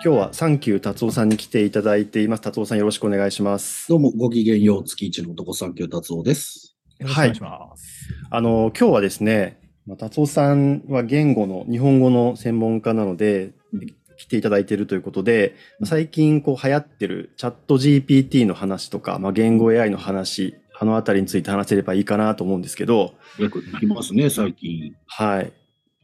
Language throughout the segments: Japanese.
今日はサンキュー達夫さんに来ていただいています。達夫さんよろしくお願いします。 どうも、ごきげんよう、月一の男サンキュー達夫です。 よろしくお願いします。 今日はですね、達夫さんは日本語の専門家なので、来ていただいているということで、最近流行ってるチャット GPT の話とか、言語 AI の話、あのあたりについて話せればいいかなと思うんですけど。 よく聞きますね、最近。 はい。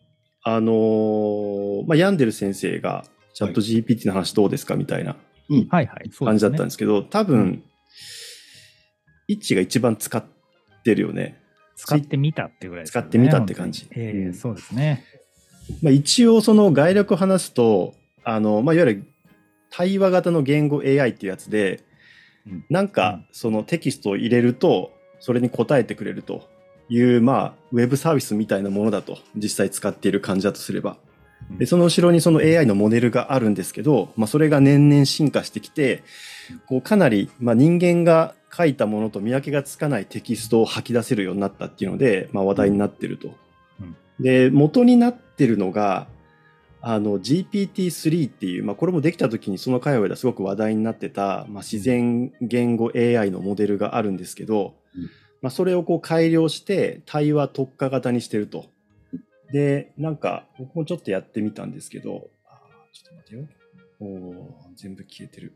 ヤンデル先生がチャット GPT の話どうですかみたいな感じだったんですけど、多分、イッチが一番使ってるよね。 使ってみたってぐらいですね。 使ってみたって感じ。 そうですね。 一応その概略を話すと、いわゆる対話型の言語 AI っていうやつで、そのテキストを入れると、それに答えてくれるという、ウェブサービスみたいなものだと、実際使っている感じだとすれば。で、その後ろにその AI のモデルがあるんですけど、それが年々進化してきて、かなり、人間が書いたものと見分けがつかないテキストを吐き出せるようになったっていうので、話題になってると。で、元になってるのが、GPT-3 っていう、これもできた時にその界隈ではすごく話題になってた、自然言語 AI のモデルがあるんですけど、それを改良して対話特化型にしてると。で、僕もちょっとやってみたんですけど、ちょっと待ってよ。全部消えてる。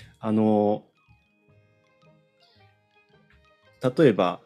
例えば、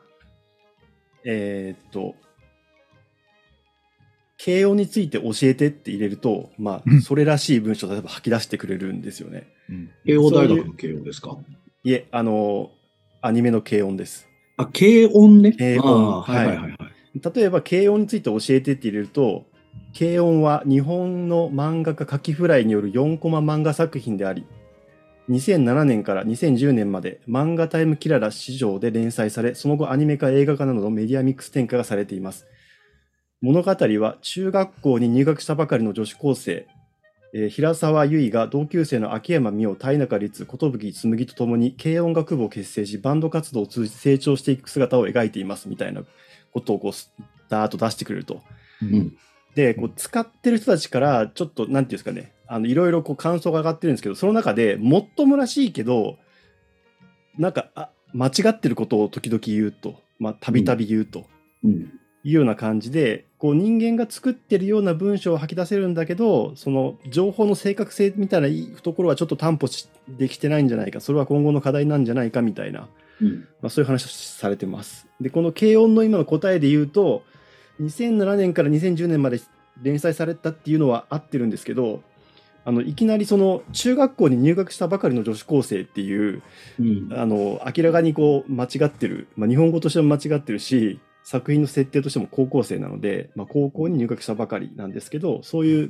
形音について教えてって入れると、それらしい文章を例えば吐き出してくれるんですよね。 慶応大学の慶音ですか？ いえ、アニメの軽音です。 軽音ね。 軽音。例えば、軽音について教えてって入れると、軽音は日本の漫画家カキフライによる4コマ漫画作品であり、2007年から2010年まで漫画タイムキララ史上で連載され、その後アニメ化映画化などのメディアミックス展開がされています。物語は中学校に入学したばかりの女子高生、平沢由衣が同級生の秋山美桜、田中律、寿紬とともに軽音楽部を結成し、バンド活動を通じて成長していく姿を描いていますみたいなことをダーッと出してくれると。で、使ってる人たちからちょっとなんていうんですかね、いろいろ感想が上がってるんですけど、その中でもっともらしいけど、間違ってることを時々言うと、たびたび言うと。いうような感じで、人間が作ってるような文章を吐き出せるんだけど、その情報の正確性みたいなところはちょっと担保できてないんじゃないか、それは今後の課題なんじゃないかみたいな、そういう話をされてます。で、この軽音の今の答えで言うと、2007年から2010年まで連載されたっていうのは合ってるんですけど、いきなりその中学校に入学したばかりの女子高生っていう、明らかに間違ってる、日本語としても間違ってるし、作品の設定としても高校生なので、高校に入学したばかりなんですけど、そういう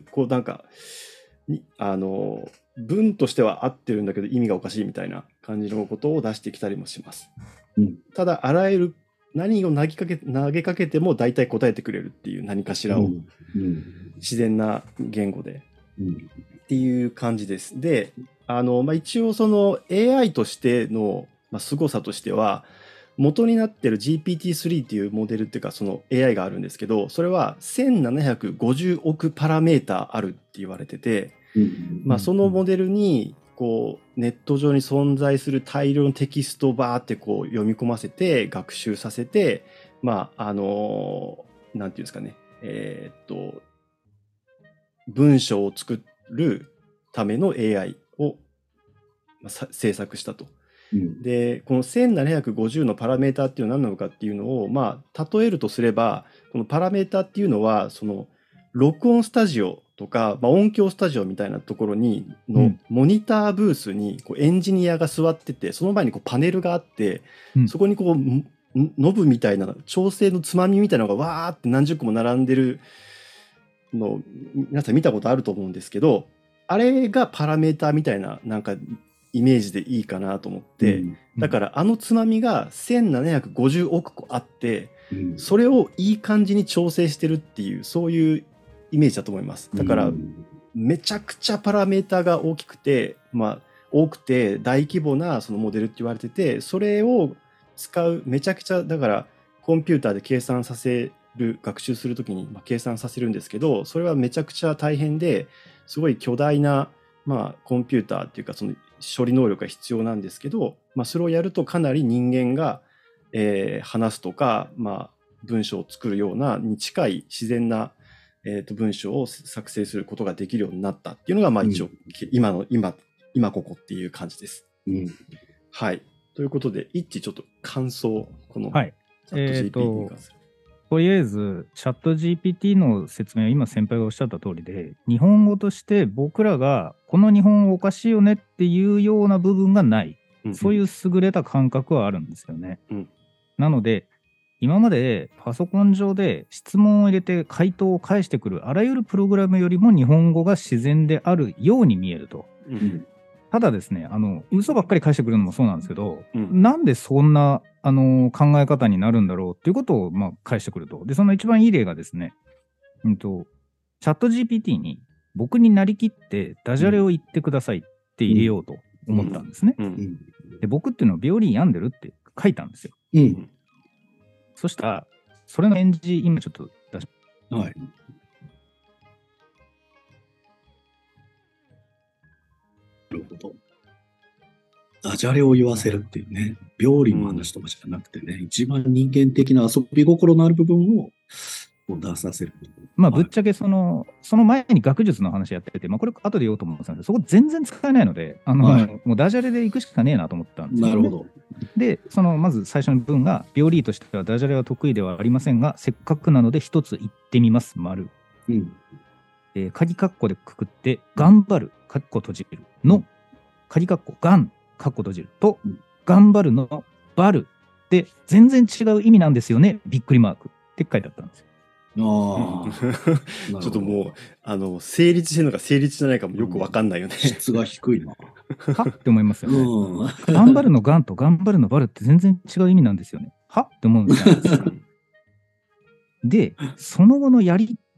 文としては合ってるんだけど意味がおかしいみたいな感じのことを出してきたりもします。ただあらゆる何を投げかけても大体答えてくれるっていう何かしらを、自然な言語で、っていう感じです。で、一応その AI としての、凄さとしては、元になってる GPT-3 っていうモデルっていうかその AI があるんですけど、それは1750億パラメータあるって言われてて、そのモデルにネット上に存在する大量のテキストをバーって読み込ませて学習させて、なんていうんですかね、文章を作るための AI を制作したと。で、この1750のパラメータっていうのは何なのかっていうのを、例えるとすれば、このパラメータっていうのは、その、録音スタジオとか、音響スタジオみたいなところに、モニターブースにエンジニアが座ってて、その前にパネルがあって、そこにノブみたいな、調整のつまみみたいなのがわーって何十個も並んでるの、皆さん見たことあると思うんですけど、あれがパラメータみたいな、イメージでいいかなと思って、だからつまみが1750億個あって、それをいい感じに調整してるっていう、そういうイメージだと思います。だからめちゃくちゃパラメータが大きくて、多くて大規模なそのモデルって言われてて、それを使うめちゃくちゃ、だからコンピューターで計算させる、学習するときに計算させるんですけど、それはめちゃくちゃ大変ですごい巨大なコンピューターっていうかその処理能力が必要なんですけど、それをやるとかなり人間が、話すとか、文章を作るようなに近い自然な、文章を作成することができるようになったっていうのが、一応、今ここっていう感じです。はい。ということで、一致ちょっと感想、このチャット GPT に関する。 とりあえず、チャット GPT の説明は今先輩がおっしゃった通りで、日本語として僕らがこの日本語おかしいよねっていうような部分がない。そういう優れた感覚はあるんですよね。なので、今までパソコン上で質問を入れて回答を返してくるあらゆるプログラムよりも日本語が自然であるように見えると。ただですね、嘘ばっかり返してくるのもそうなんですけど、なんでそんな考え方になるんだろうっていうことを返してくると。で、その一番いい例がですね、チャット GPT に僕になりきってダジャレを言ってくださいって入れようと思ったんですね。で、僕っていうのは病理病んでるって書いたんですよ。そしたら、それの返事、今ちょっと出します。はい。 なるほど。ダジャレを言わせるっていうね、病理の話とかじゃなくてね、一番人間的な遊び心のある部分を出させる。 ぶっちゃけその前に学術の話やってて、これ後で言おうと思うんですけど、そこ全然使えないので、もうダジャレで行くしかねえなと思ったんですよ、ね。 なるほど。 で、まず最初の文が、病理としてはダジャレは得意ではありませんが、せっかくなので一つ言ってみます、丸。鍵括弧でくくって、頑張る、括弧閉じるの、鍵括弧、がん、括弧閉じると、頑張るの、バルって全然違う意味なんですよね、びっくりマークって書いてあったんですよ。 ちょっともう成立してるのか成立してないかもよく分かんないよね。 質が低いな。 はって思いますよね。頑張るのがんと頑張るのバルって全然違う意味なんですよね。はって思うんじゃないですか。で、その後のやり、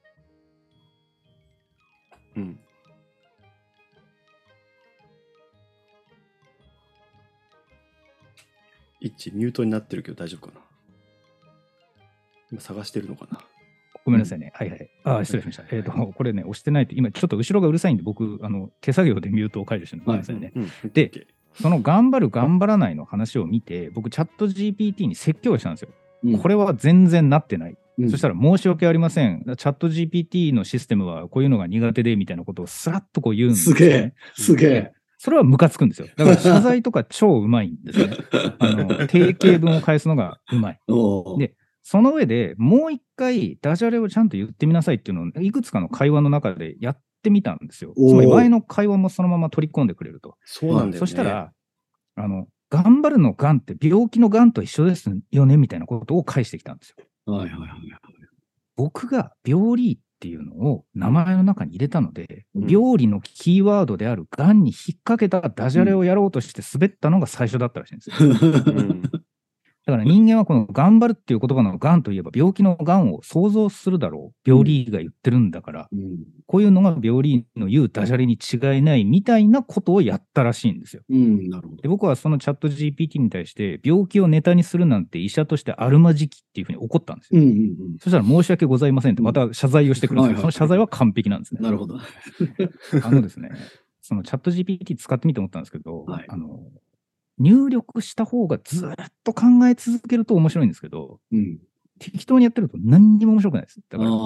一致ミュートになってるけど大丈夫かな。今探してるのかな。 ごめんなさいね。はいはい。失礼しました。これね、押してないと、今ちょっと後ろがうるさいんで、僕、手作業でミュートを解除してるの。ごめんなさいね。で、その頑張る、頑張らないの話を見て、僕、チャット GPT に説教したんですよ。これは全然なってない。そしたら、申し訳ありません。チャット GPT のシステムはこういうのが苦手で、みたいなことをスラッとこう言うんですよ、ね。 すげえ。 それはムカつくんですよ。だから謝罪とか超うまいんですね。定型文を返すのがうまい。で、その上でもう一回ダジャレをちゃんと言ってみなさいっていうのをいくつかの会話の中でやってみたんですよ。つまり前の会話もそのまま取り込んでくれると。 そうなんだよね。 そしたら、頑張るのがんって病気のがんと一緒ですよねみたいなことを返してきたんですよ。僕が病理っていうのを名前の中に入れたので、病理のキーワードであるがんに引っ掛けたダジャレをやろうとして滑ったのが最初だったらしいんですよ。だから人間はこの頑張るっていう言葉のがんといえば病気のがんを想像するだろう。病理が言ってるんだから、こういうのが病理の言うダジャレに違いないみたいなことをやったらしいんですよ。 なるほど。 で、僕はそのチャット GPT に対して病気をネタにするなんて医者としてあるまじきっていうふうに怒ったんですよ。そしたら申し訳ございませんってまた謝罪をしてくるんですけど、その謝罪は完璧なんですね。 なるほど。 ですね、そのチャット GPT 使ってみて思ったんですけど、入力した方がずっと考え続けると面白いんですけど、適当にやってると何にも面白くないです。だから。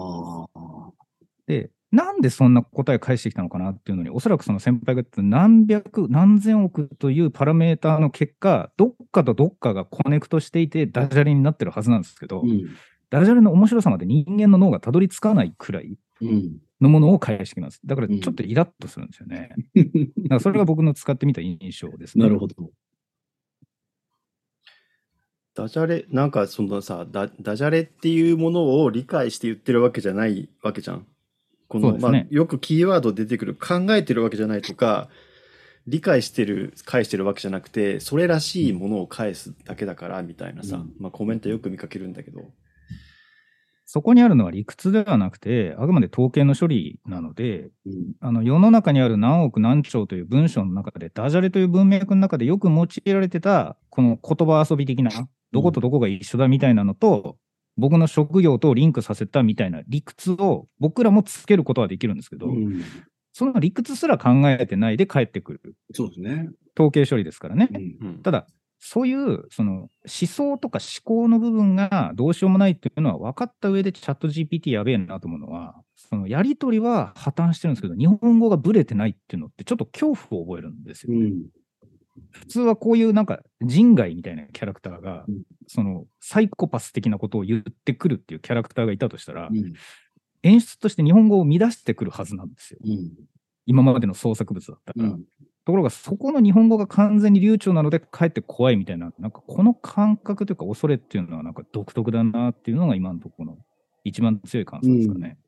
で、なんでそんな答え返してきたのかなっていうのに、おそらくその先輩が言った何百、何千億というパラメーターの結果、どっかとどっかがコネクトしていてダジャレになってるはずなんですけど、ダジャレの面白さまで人間の脳がたどり着かないくらいのものを返してきます。だからちょっとイラッとするんですよね。だからそれが僕の使ってみた印象ですね。 なるほど。 ダジャレ、なんかそのさ、ダジャレっていうものを理解して言ってるわけじゃないわけじゃん。この、よくキーワード出てくる、考えてるわけじゃないとか、理解してる、返してるわけじゃなくて、それらしいものを返すだけだから、みたいなさ、コメントよく見かけるんだけど。 そこにあるのは理屈ではなくて、あくまで統計の処理なので、世の中にある何億何兆という文章の中で、ダジャレという文脈の中でよく用いられてた、この言葉遊び的な、どことどこが一緒だみたいなのと、僕の職業とリンクさせたみたいな理屈を僕らもつけることはできるんですけど、 その理屈すら考えてないで返ってくるそうですね。 統計処理ですからね。 うんただ、そういうその思想とか思考の部分がどうしようもないっていうのは分かった上でチャット GPT やべえなと思うのは、そのやり取りは破綻してるんですけど、日本語がブレてないっていうのってちょっと恐怖を覚えるんですよね。普通はこういうなんか人外みたいなキャラクターが、そのサイコパス的なことを言ってくるっていうキャラクターがいたとしたら、演出として日本語を乱してくるはずなんですよ。今までの創作物だったから。ところがそこの日本語が完全に流暢なのでかえって怖いみたいな、なんかこの感覚というか恐れっていうのはなんか独特だなっていうのが今のところの一番強い感想ですかね。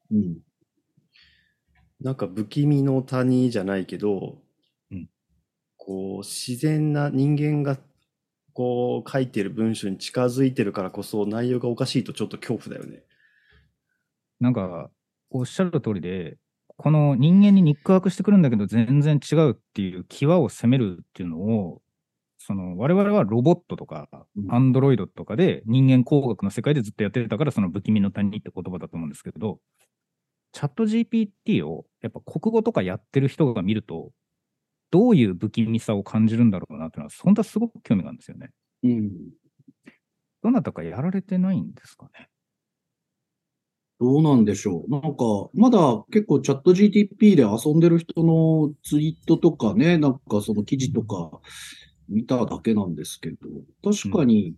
なんか不気味の谷じゃないけど、 うんこう自然な人間がこう書いてる文章に近づいてるからこそ内容がおかしいとちょっと恐怖だよね。 なんかおっしゃる通りで、この人間に肉薄してくるんだけど全然違うっていう際を責めるっていうのを、その我々はロボットとかアンドロイドとかで人間工学の世界でずっとやってたから、その不気味の谷って言葉だと思うんですけど、チャット GPT をやっぱ国語とかやってる人が見ると、どういう不気味さを感じるんだろうなっていうのは、本当はすごく興味があるんですよね。どなたかやられてないんですかね。 どうなんでしょう。なんか、まだ結構チャット GTP で遊んでる人のツイートとかね、なんかその記事とか見ただけなんですけど、確かに、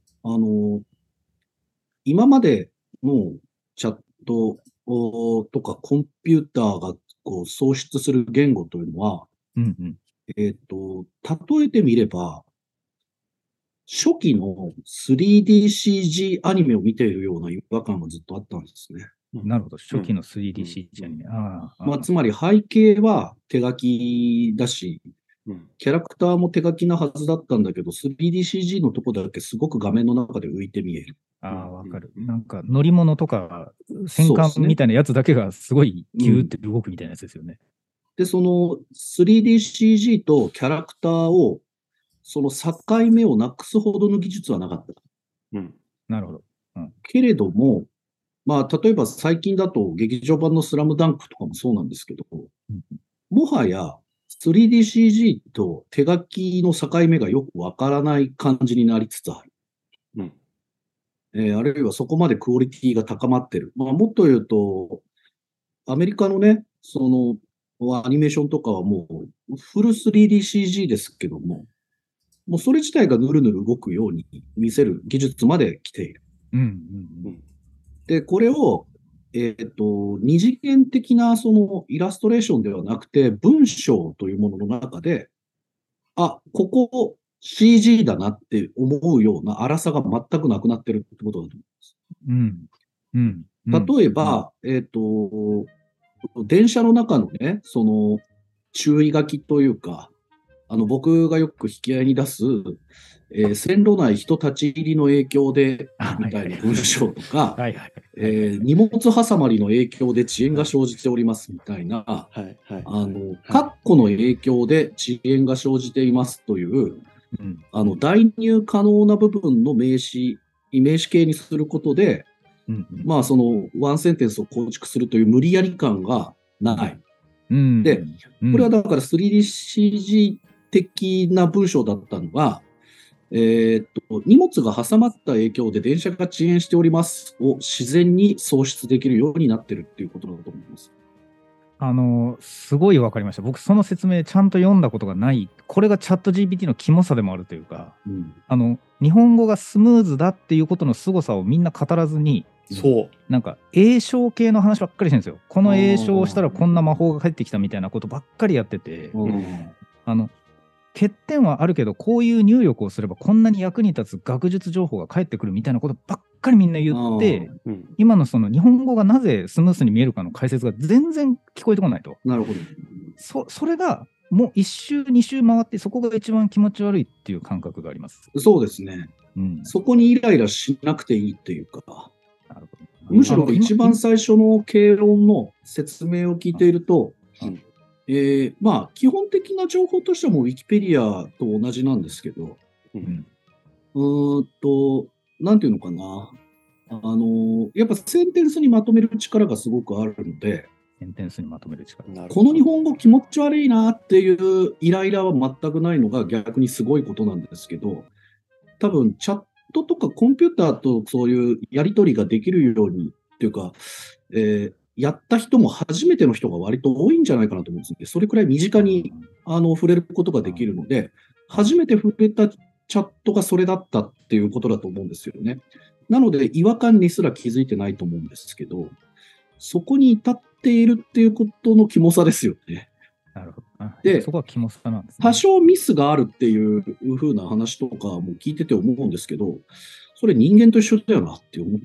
今までのチャットとかコンピューターがこう創出する言語というのは、例えてみれば、初期の 3DCG アニメを見ているような違和感がずっとあったんですね。 なるほど、初期の 3DCG アニメ。 つまり背景は手書きだし、キャラクターも手書きなはずだったんだけど、3DCG のとこだけすごく画面の中で浮いて見える。 わかる。なんか乗り物とか戦艦みたいなやつだけがすごいギューって動くみたいなやつですよね。 で、その 3DCG とキャラクターを、その境目をなくすほどの技術はなかった。 なるほど。 けれども、まあ、例えば最近だと劇場版のスラムダンクとかもそうなんですけど、もはや 3DCG と手書きの境目がよくわからない感じになりつつある。あるいはそこまでクオリティが高まってる。まあ、もっと言うと、アメリカのね、そのアニメーションとかはもうフル 3DCG ですけども、もうそれ自体がぬるぬる動くように見せる技術まで来ている。で、これを、二次元的なそのイラストレーションではなくて、文章というものの中で、ここ CG だなって思うような荒さが全くなくなってるってことだと思います。例えば、電車の中のね、その注意書きというか、僕がよく引き合いに出す、線路内人立ち入りの影響で、みたいな文章とか、荷物挟まりの影響で遅延が生じておりますみたいな、括弧の影響で遅延が生じていますという、代入可能な部分の名詞形にすることで、まあ、そのワンセンテンスを構築するという無理やり感がない。で、これはだから 3DCG 的な文章だったのが、荷物が挟まった影響で電車が遅延しておりますを自然に創出できるようになってるっていうことだと思います。 すごい分かりました。僕、その説明ちゃんと読んだことがない。これがチャット GPT のキモさでもあるというか、日本語がスムーズだっていうことの凄さをみんな語らずに、なんか詠唱系の話ばっかりしてるんですよ。この詠唱をしたらこんな魔法が返ってきたみたいなことばっかりやってて、欠点はあるけど、こういう入力をすればこんなに役に立つ学術情報が返ってくるみたいなことばっかりみんな言って、今のその日本語がなぜスムースに見えるかの解説が全然聞こえてこないと。 なるほど。それがもう1周2周回って、そこが一番気持ち悪いっていう感覚があります。 そうですね。そこにイライラしなくていいっていうか、むしろ一番最初の経論の説明を聞いていると、まあ、基本的な情報としてはもうウィキペディアと同じなんですけど、なんていうのかな。やっぱセンテンスにまとめる力がすごくあるので、 センテンスにまとめる力。 この日本語気持ち悪いなっていうイライラは全くないのが逆にすごいことなんですけど、多分チャットとかコンピューターとそういうやり取りができるようにっていうか、やった人も初めての人が割と多いんじゃないかなと思うんですね。それくらい身近に触れることができるので、初めて触れたチャットがそれだったっていうことだと思うんですよね。なので違和感にすら気づいてないと思うんですけど、そこに至っているっていうことのキモさですよね。 なるほど。 で、 そこはキモさなんですね。 多少ミスがあるっていう風な話とかも聞いてて思うんですけど、それ人間と一緒だよなって思った。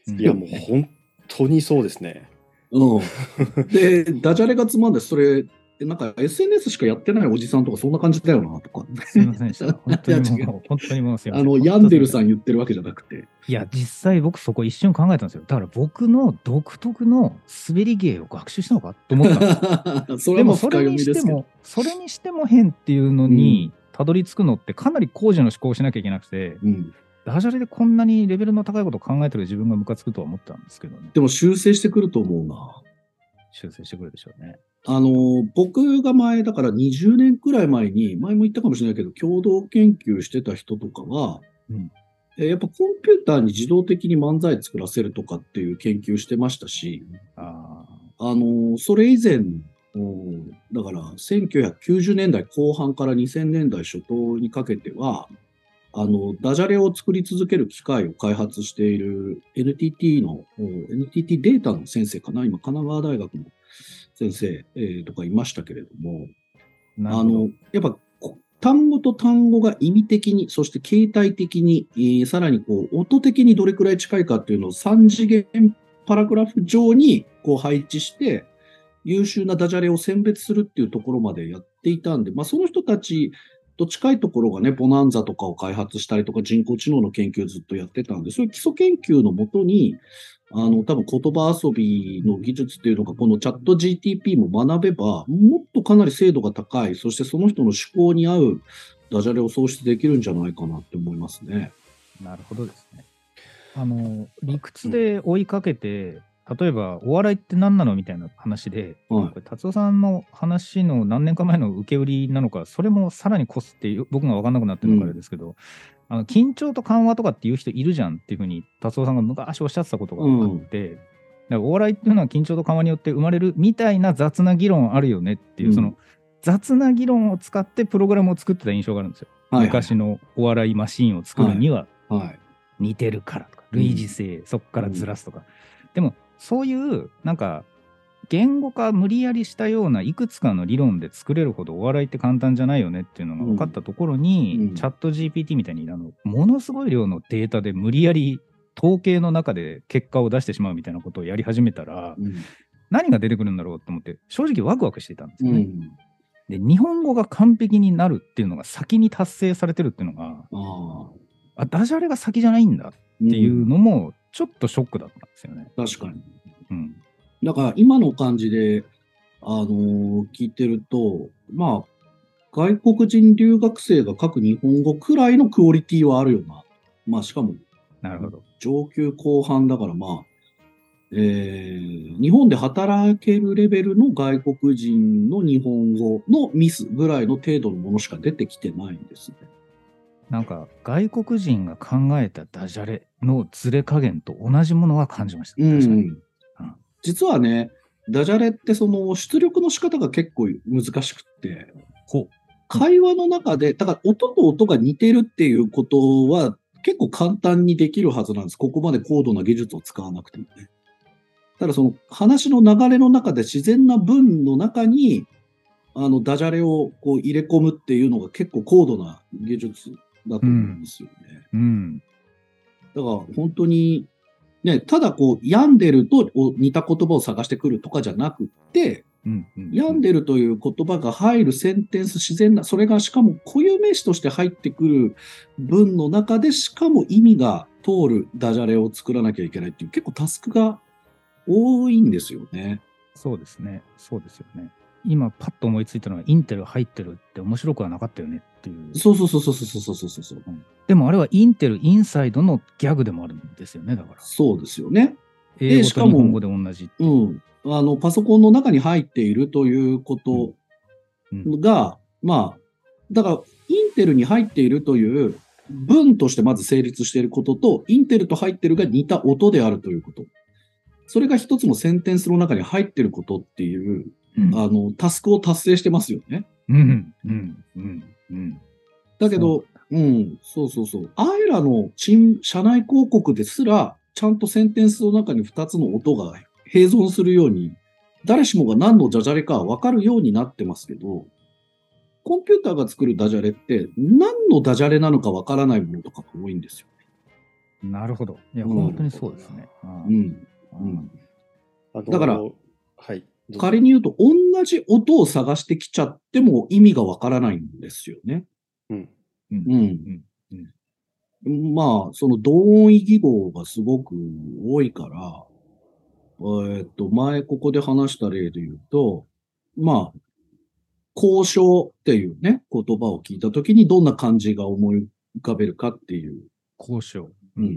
いや、もう本当にそうですね。 で、ダジャレがつまんで、それ、なんか SNS しかやってないおじさんとかそんな感じだよなとか。 すみませんでした。本当にもうすみません。 ヤンデルさん言ってるわけじゃなくて。 いや、実際僕そこ一瞬考えたんですよ。だから僕の独特の滑り芸を学習したのかと思ったんです。でもそれにしても変っていうのにたどり着くのってかなり高次の思考をしなきゃいけなくて、ダジャレでこんなにレベルの高いことを考えてる自分がムカつくとは思ったんですけどね。 でも修正してくると思うな。 修正してくるでしょうね。 僕が前、だから20年くらい前に、前も言ったかもしれないけど、共同研究してた人とかは、やっぱコンピューターに自動的に漫才作らせるとかっていう研究してましたし、それ以前、だから1990年代後半から2000年代初頭にかけては、ダジャレを作り続ける機械を開発している NTT データの先生かな、今、神奈川大学の先生、とかいましたけれども、やっぱ単語と単語が意味的に、そして形態的に、さらに音的にどれくらい近いかっていうのを3次元パラグラフ上に配置して、優秀なダジャレを選別するっていうところまでやっていたんで、その人たちと近いところがね、ボナンザとかを開発したりとか、人工知能の研究をずっとやってたんで、そういう基礎研究のもとに、多分言葉遊びの技術っていうのが、このチャット GTP も学べば、もっとかなり精度が高い、そしてその人の思考に合うダジャレを創出できるんじゃないかなって思いますね。 なるほどですね。理屈で追いかけて、例えばお笑いって何なのみたいな話で、これ達夫さんの話の何年か前の受け売りなのか、それもさらにこすって僕が分かんなくなってるのからですけど、緊張と緩和とかっていう人いるじゃんっていうふうに達夫さんが昔おっしゃってたことがあって、だからお笑いっていうのは緊張と緩和によって生まれるみたいな雑な議論あるよねっていう、その雑な議論を使ってプログラムを作ってた印象があるんですよ。昔のお笑いマシーンを作るには似てるからとか、類似性、そこからずらすとか。でもそういうなんか言語化無理やりしたようないくつかの理論で作れるほどお笑いって簡単じゃないよねっていうのが分かったところに、チャット GPT みたいにものすごい量のデータで無理やり統計の中で結果を出してしまうみたいなことをやり始めたら、何が出てくるんだろうと思って正直ワクワクしていたんですよね。で日本語が完璧になるっていうのが先に達成されてるっていうのが、ダジャレが先じゃないんだっていうのもちょっとショックだったんですよね。 確かに。だから今の感じで、聞いてると、外国人留学生が書く日本語くらいのクオリティはあるよな。しかも、 なるほど。 上級後半だから、日本で働けるレベルの外国人の日本語のミスぐらいの程度のものしか出てきてないんですね。 なんか外国人が考えたダジャレのズレ加減と同じものは感じました。確かに。 実はね、ダジャレってその出力の仕方が結構難しくって、会話の中で、だから音と音が似てるっていうことは結構簡単にできるはずなんです。ここまで高度な技術を使わなくてもね。ただその話の流れの中で自然な文の中にダジャレを入れ込むっていうのが結構高度な技術だと思うんですよね。だから本当にね、ただ病んでると似た言葉を探してくるとかじゃなくて、病んでるという言葉が入るセンテンス、自然な、それがしかも固有名詞として入ってくる文の中で、しかも意味が通るダジャレを作らなきゃいけないっていう結構タスクが多いんですよね。 そうですね。そうですよね。今パッと思いついたのはインテル入ってるって面白くはなかったよねっていう。 そう。 でもあれはインテルインサイドのギャグでもあるんですよね。だから。 そうですよね。 英語と日本語で同じ。 パソコンの中に入っているということが、まあ、だから、インテルに入っているという文としてまず成立していることと、インテルと入っているが似た音であるということ。それが一つのセンテンスの中に入っていることっていう、タスクを達成してますよね。だけど、そうそうそう。あいらの社内広告ですら、ちゃんとセンテンスの中に2つの音が併存するように、誰しもが何のダジャレか分かるようになってますけど、コンピューターが作るダジャレって、何のダジャレなのか分からないものとかが多いんですよね。なるほど。いや、本当にそうですね。 だから、 はい、 仮に言うと、同じ音を探してきちゃっても意味が分からないんですよね。まあ、その同音異義語がすごく多いから、前ここで話した例で言うと、まあ、交渉っていうね、言葉を聞いたときにどんな漢字が思い浮かべるかっていう。 交渉。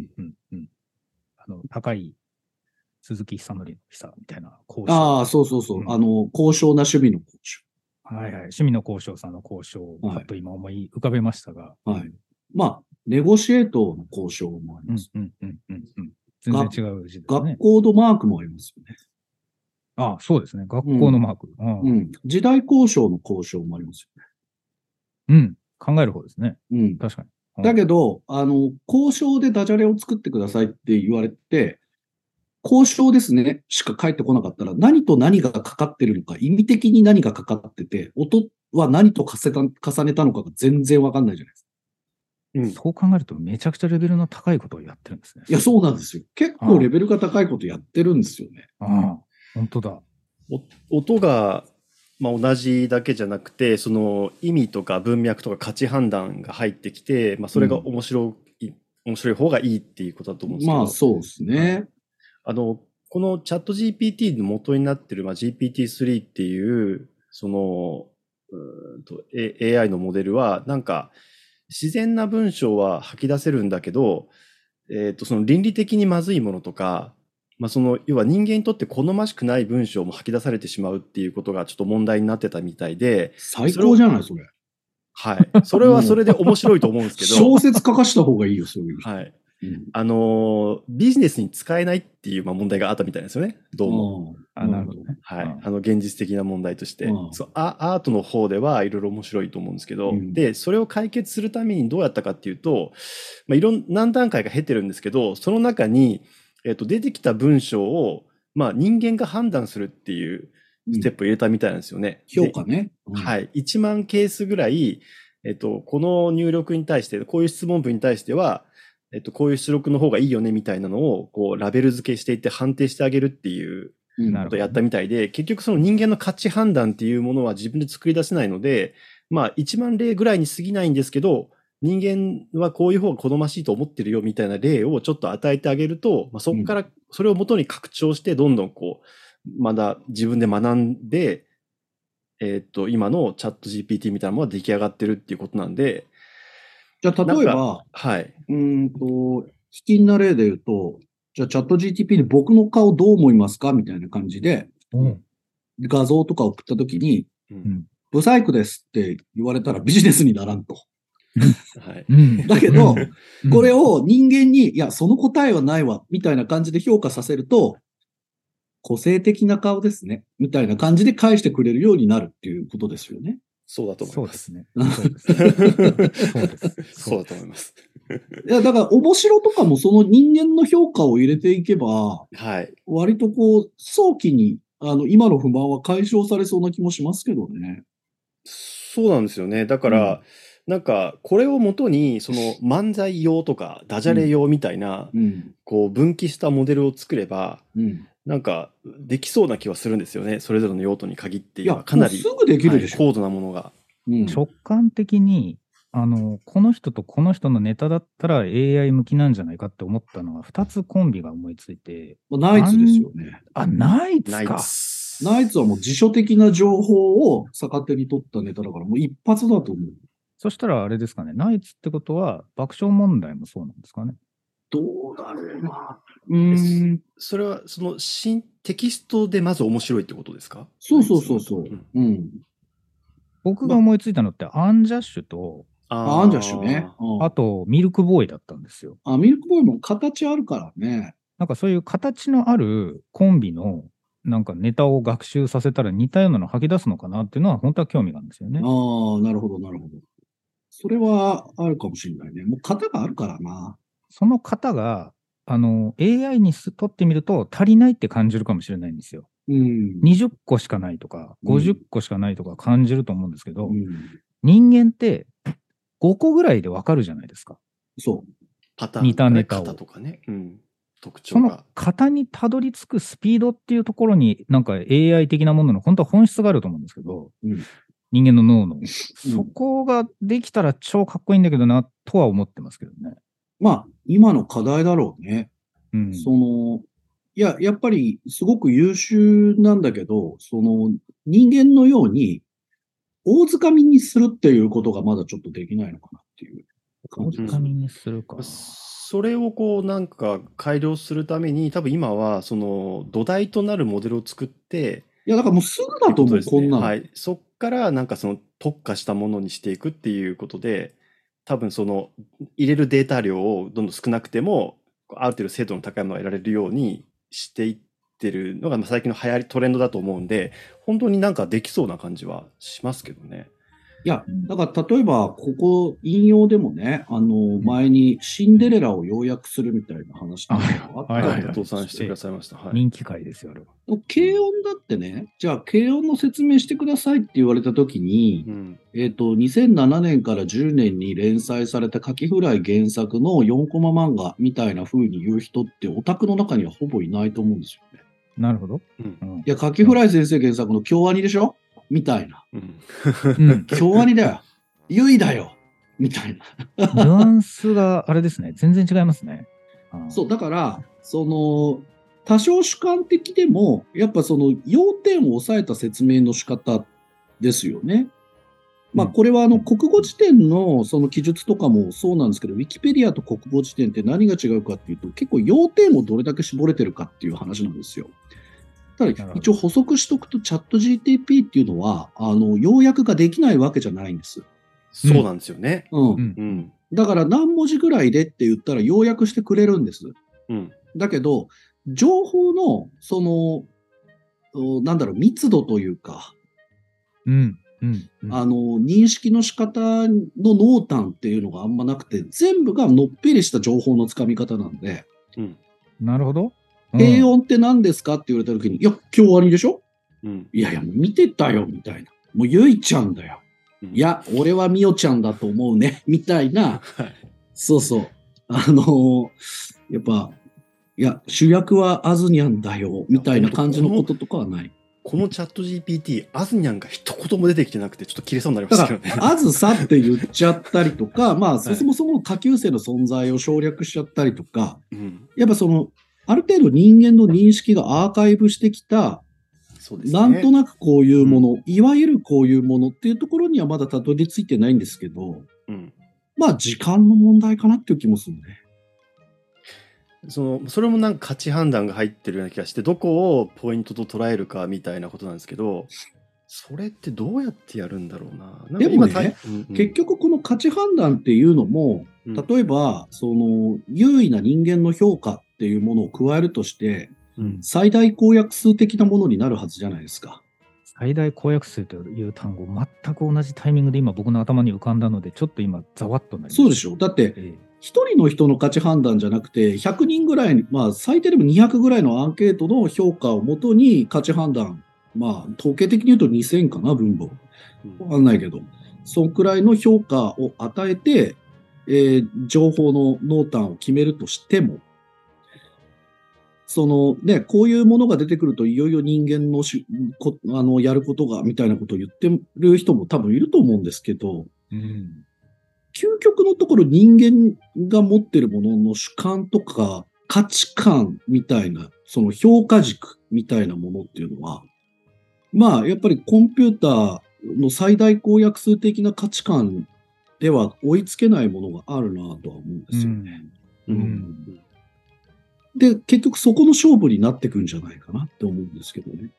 高い鈴木久典の久みたいな交渉。 ああ、そうそうそう。高尚な趣味の交渉。 はいはい。趣味の交渉さんの交渉をパッと今思い浮かべましたが。 はい。まあ、ネゴシエートの交渉もあります。 全然違う字ですね。 学校のマークもありますよね。 ああ、そうですね。学校のマーク。 時代交渉の交渉もありますよね。考える方ですね。確かに。 だけど、交渉でダジャレを作ってくださいって言われて、交渉ですねしか返ってこなかったら、何と何がかかってるのか、意味的に何がかかってて、音は何と重ねたのかが全然わかんないじゃないですか。そう考えると、めちゃくちゃレベルの高いことをやってるんですね。 いや、そうなんですよ。結構レベルが高いことやってるんですよね。 本当だ。 音が、同じだけじゃなくて、その意味とか文脈とか価値判断が入ってきて、それが面白い方がいいっていうことだと思うんですけど。 そうですね。 このチャット GPT の元になってる、GPT-3 っていう、その、AI のモデルは、なんか、自然な文章は吐き出せるんだけど、その倫理的にまずいものとか、要は人間にとって好ましくない文章も吐き出されてしまうっていうことがちょっと問題になってたみたいで。 最高じゃない、それ。 はい。それはそれで面白いと思うんですけど。 小説書かした方がいいよ、そういう。 はい。ビジネスに使えないっていう問題があったみたいですよね。どうも。 なるほどね。 はい。現実的な問題として。アートの方ではいろいろ面白いと思うんですけど、で、それを解決するためにどうやったかっていうと、何段階か経てるんですけど、その中に、出てきた文章を、人間が判断するっていうステップを入れたみたいなんですよね。 評価ね。 はい。1万ケースぐらい、この入力に対して、こういう質問文に対しては、こういう出力の方がいいよねみたいなのを、こう、ラベル付けしていって判定してあげるっていうことをやったみたいで、結局その人間の価値判断っていうものは自分で作り出せないので、1万例ぐらいに過ぎないんですけど、人間はこういう方が好ましいと思ってるよみたいな例をちょっと与えてあげると、そこからそれを元に拡張してどんどんこう、まだ自分で学んで、今のチャット GPT みたいなものが出来上がってるっていうことなんで。 じゃあ例えば、 はい。 卑近な例で言うと、じゃあチャット GPT で僕の顔どう思いますかみたいな感じで、画像とか送ったときに、ブサイクですって言われたらビジネスにならんと。 はい、 だけど、これを人間に、いや、その答えはないわ、みたいな感じで評価させると、個性的な顔ですね、みたいな感じで返してくれるようになるっていうことですよね。 そうだと思います。 そうですね。 そうだと思います。 いや、だから面白とかもその人間の評価を入れていけば、 はい。 割とこう、早期に、今の不満は解消されそうな気もしますけどね。 そうなんですよね。だから、なんか、これをもとに、その漫才用とか、ダジャレ用みたいな、こう、分岐したモデルを作れば、なんか、できそうな気はするんですよね。それぞれの用途に限って言えば、かなり、 すぐできるでしょ。 高度なものが。 直感的に、この人とこの人のネタだったら AI 向きなんじゃないかって思ったのは、2つコンビが思いついて。 ナイツですよね。 ナイツか。 ナイツはもう辞書的な情報を逆手に取ったネタだから、もう一発だと思う。 そしたらあれですかね、ナイツってことは爆笑問題もそうなんですかね。 どうだろうな。 それはそのテキストでまず面白いってことですか？ そうそうそうそう。 僕が思いついたのって、アンジャッシュと、 アンジャッシュね。 あと、ミルクボーイだったんですよ。 ミルクボーイも形あるからね。 なんかそういう形のあるコンビのなんかネタを学習させたら似たようなの吐き出すのかなっていうのは本当は興味があるんですよね。 なるほど、なるほど。それはあるかもしれないね。もう型があるからな。 その型が、AI にとってみると足りないって感じるかもしれないんですよ。20個しかないとか、50個しかないとか感じると思うんですけど、人間って5個ぐらいでわかるじゃないですか。 そう。 パターン、 似たネタを。 型とかね。特徴その型にたどり着くスピードっていうところに、なんか AI 的なものの本当は本質があると思うんですけど、人間の脳の。そこができたら超かっこいいんだけどな、とは思ってますけどね。 まあ、今の課題だろうね。やっぱりすごく優秀なんだけど、人間のように大掴みにするっていうことがまだちょっとできないのかなっていう感じです。 大掴みにするか。 それをこうなんか改良するために、多分今はその土台となるモデルを作って、 いやだからもうすぐだと思う、こんなの。 はい。そっからなんかその特化したものにしていくっていうことで、多分その入れるデータ量をどんどん少なくても、ある程度精度の高いものが得られるようにしていってるのが最近の流行りトレンドだと思うんで、本当になんかできそうな感じはしますけどね。 いや、だから例えば、ここ引用でもね、前にシンデレラを要約するみたいな話があったはい、倒産してくださいました。 人気回ですよ、あれは。 軽音だってね、じゃあ軽音の説明してくださいって言われたときに、2007年から10年に連載されたカキフライ原作の4コマ漫画みたいな風に言う人ってオタクの中にはほぼいないと思うんですよね。 なるほど。 いや、カキフライ先生原作の京アニでしょみたいな。京アニだよ。ゆいだよ。みたいな。ニュアンスがあれですね。全然違いますね。 そう、だから、多少主観的でも、やっぱ要点を抑えた説明の仕方ですよね。まあ、これは国語辞典のその記述とかもそうなんですけど、ウィキペディアと国語辞典って何が違うかっていうと、結構要点をどれだけ絞れてるかっていう話なんですよ。ただ、一応補足しとくと、チャット GTP っていうのは、要約ができないわけじゃないんです。 そうなんですよね。 だから何文字ぐらいでって言ったら要約してくれるんです。だけど、情報の、密度というか、認識の仕方の濃淡っていうのがあんまなくて、全部がのっぺりした情報のつかみ方なんで。 なるほど。 平音って何ですかって言われたときに、いや、京アニでしょいやいや、見てたよ、みたいな。もうゆいちゃんだよ。いや、俺はみおちゃんだと思うね、みたいな。そうそう。やっぱ、いや、主役はアズニャンだよ、みたいな感じのこととかはない。 このチャット GPT、アズニャンが一言も出てきてなくて、ちょっと切れそうになりましたけどね。 アズサって言っちゃったりとか、まあ、そもそも下級生の存在を省略しちゃったりとか、やっぱある程度人間の認識がアーカイブしてきた、なんとなくこういうもの、いわゆるこういうものっていうところにはまだたどり着いてないんですけど、まあ時間の問題かなっていう気もするね。 それもなんか価値判断が入ってるような気がして、どこをポイントと捉えるかみたいなことなんですけど、それってどうやってやるんだろうな。 でもね、結局この価値判断っていうのも、例えば、優位な人間の評価っていうものを加えるとして、最大公約数的なものになるはずじゃないですか。 最大公約数という単語、全く同じタイミングで今僕の頭に浮かんだので、ちょっと今ざわっとなりました。 そうでしょ。だって、一人の人の価値判断じゃなくて、100人ぐらい、まあ最低でも200ぐらいのアンケートの評価をもとに価値判断、まあ統計的に言うと2000かな、分母。わかんないけど、そのくらいの評価を与えて、情報の濃淡を決めるとしても、こういうものが出てくると、いよいよ人間のやることが、みたいなことを言ってる人も多分いると思うんですけど、究極のところ人間が持ってるものの主観とか価値観みたいな、その評価軸みたいなものっていうのは、まあ、やっぱりコンピューターの最大公約数的な価値観では追いつけないものがあるなとは思うんですよね。 で、結局そこの勝負になってくんじゃないかなって思うんですけどね。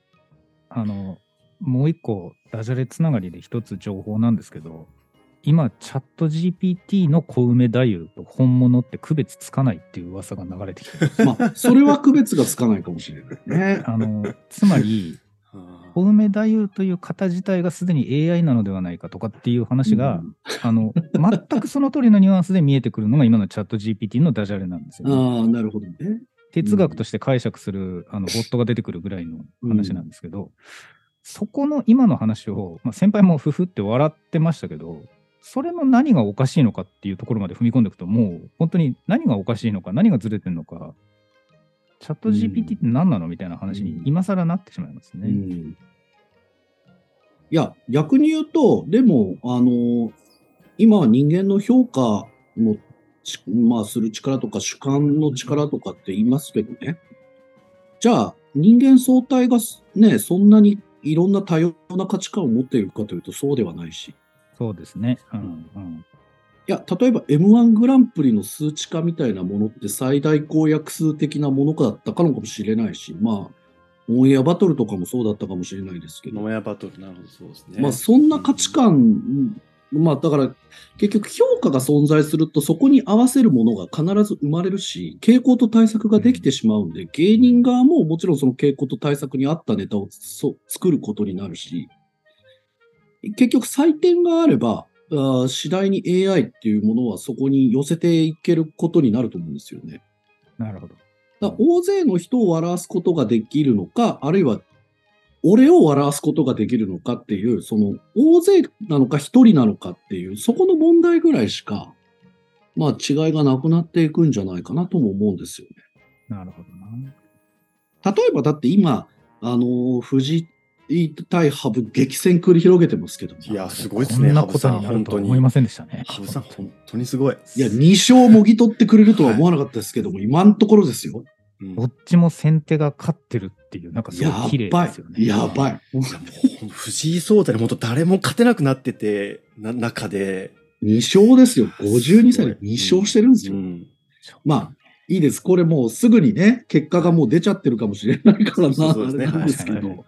もう一個、ダジャレつながりで一つ情報なんですけど、今、チャット GPT の小梅太夫と本物って区別つかないっていう噂が流れてきてます。 まあ、それは区別がつかないかもしれないね。 つまり、小梅太夫という型自体がすでに AI なのではないかとかっていう話が、全くその通りのニュアンスで見えてくるのが今のチャット GPT のダジャレなんですよね。 ああ、なるほどね。 哲学として解釈するボットが出てくるぐらいの話なんですけど、そこの今の話を、先輩もふふって笑ってましたけど、それの何がおかしいのかっていうところまで踏み込んでいくと、もう本当に何がおかしいのか、何がずれてるのか、チャット GPT って何なのみたいな話に今更なってしまいますね。 いや、逆に言うと、でも、今は人間の評価のする力とか主観の力とかって言いますけどね。じゃあ、人間総体がね、そんなにいろんな多様な価値観を持っているかというとそうではないし。 そうですね。 いや、例えば M1 グランプリの数値化みたいなものって最大公約数的なものだったかもしれないし、オンエアバトルとかもそうだったかもしれないですけど。 オンエアバトル、なるほど、そうですね。 そんな価値観、だから結局評価が存在するとそこに合わせるものが必ず生まれるし、傾向と対策ができてしまうんで、芸人側ももちろんその傾向と対策に合ったネタを作ることになるし、結局採点があれば、次第に AI っていうものはそこに寄せていけることになると思うんですよね。 なるほど。 大勢の人を笑わすことができるのか、あるいは俺を笑わすことができるのかっていう、その大勢なのか一人なのかっていう、そこの問題ぐらいしか、違いがなくなっていくんじゃないかなとも思うんですよね。 なるほどな。 例えばだって今、藤井対羽生激戦繰り広げてますけど。 いや、すごいですね、 こんなことになるとは思いませんでしたね。 羽生さん、本当にすごい。 いや、2勝もぎ取ってくれるとは思わなかったですけども、今のところですよ。 どっちも先手が勝ってるっていう、なんかすごい綺麗ですよね。 やばい。 藤井聡太に本当誰も勝てなくなってて、中で。 2勝ですよ。52歳で2勝してるんですよ。いいです。これもうすぐにね、結果がもう出ちゃってるかもしれないからな、あれなんですけど。と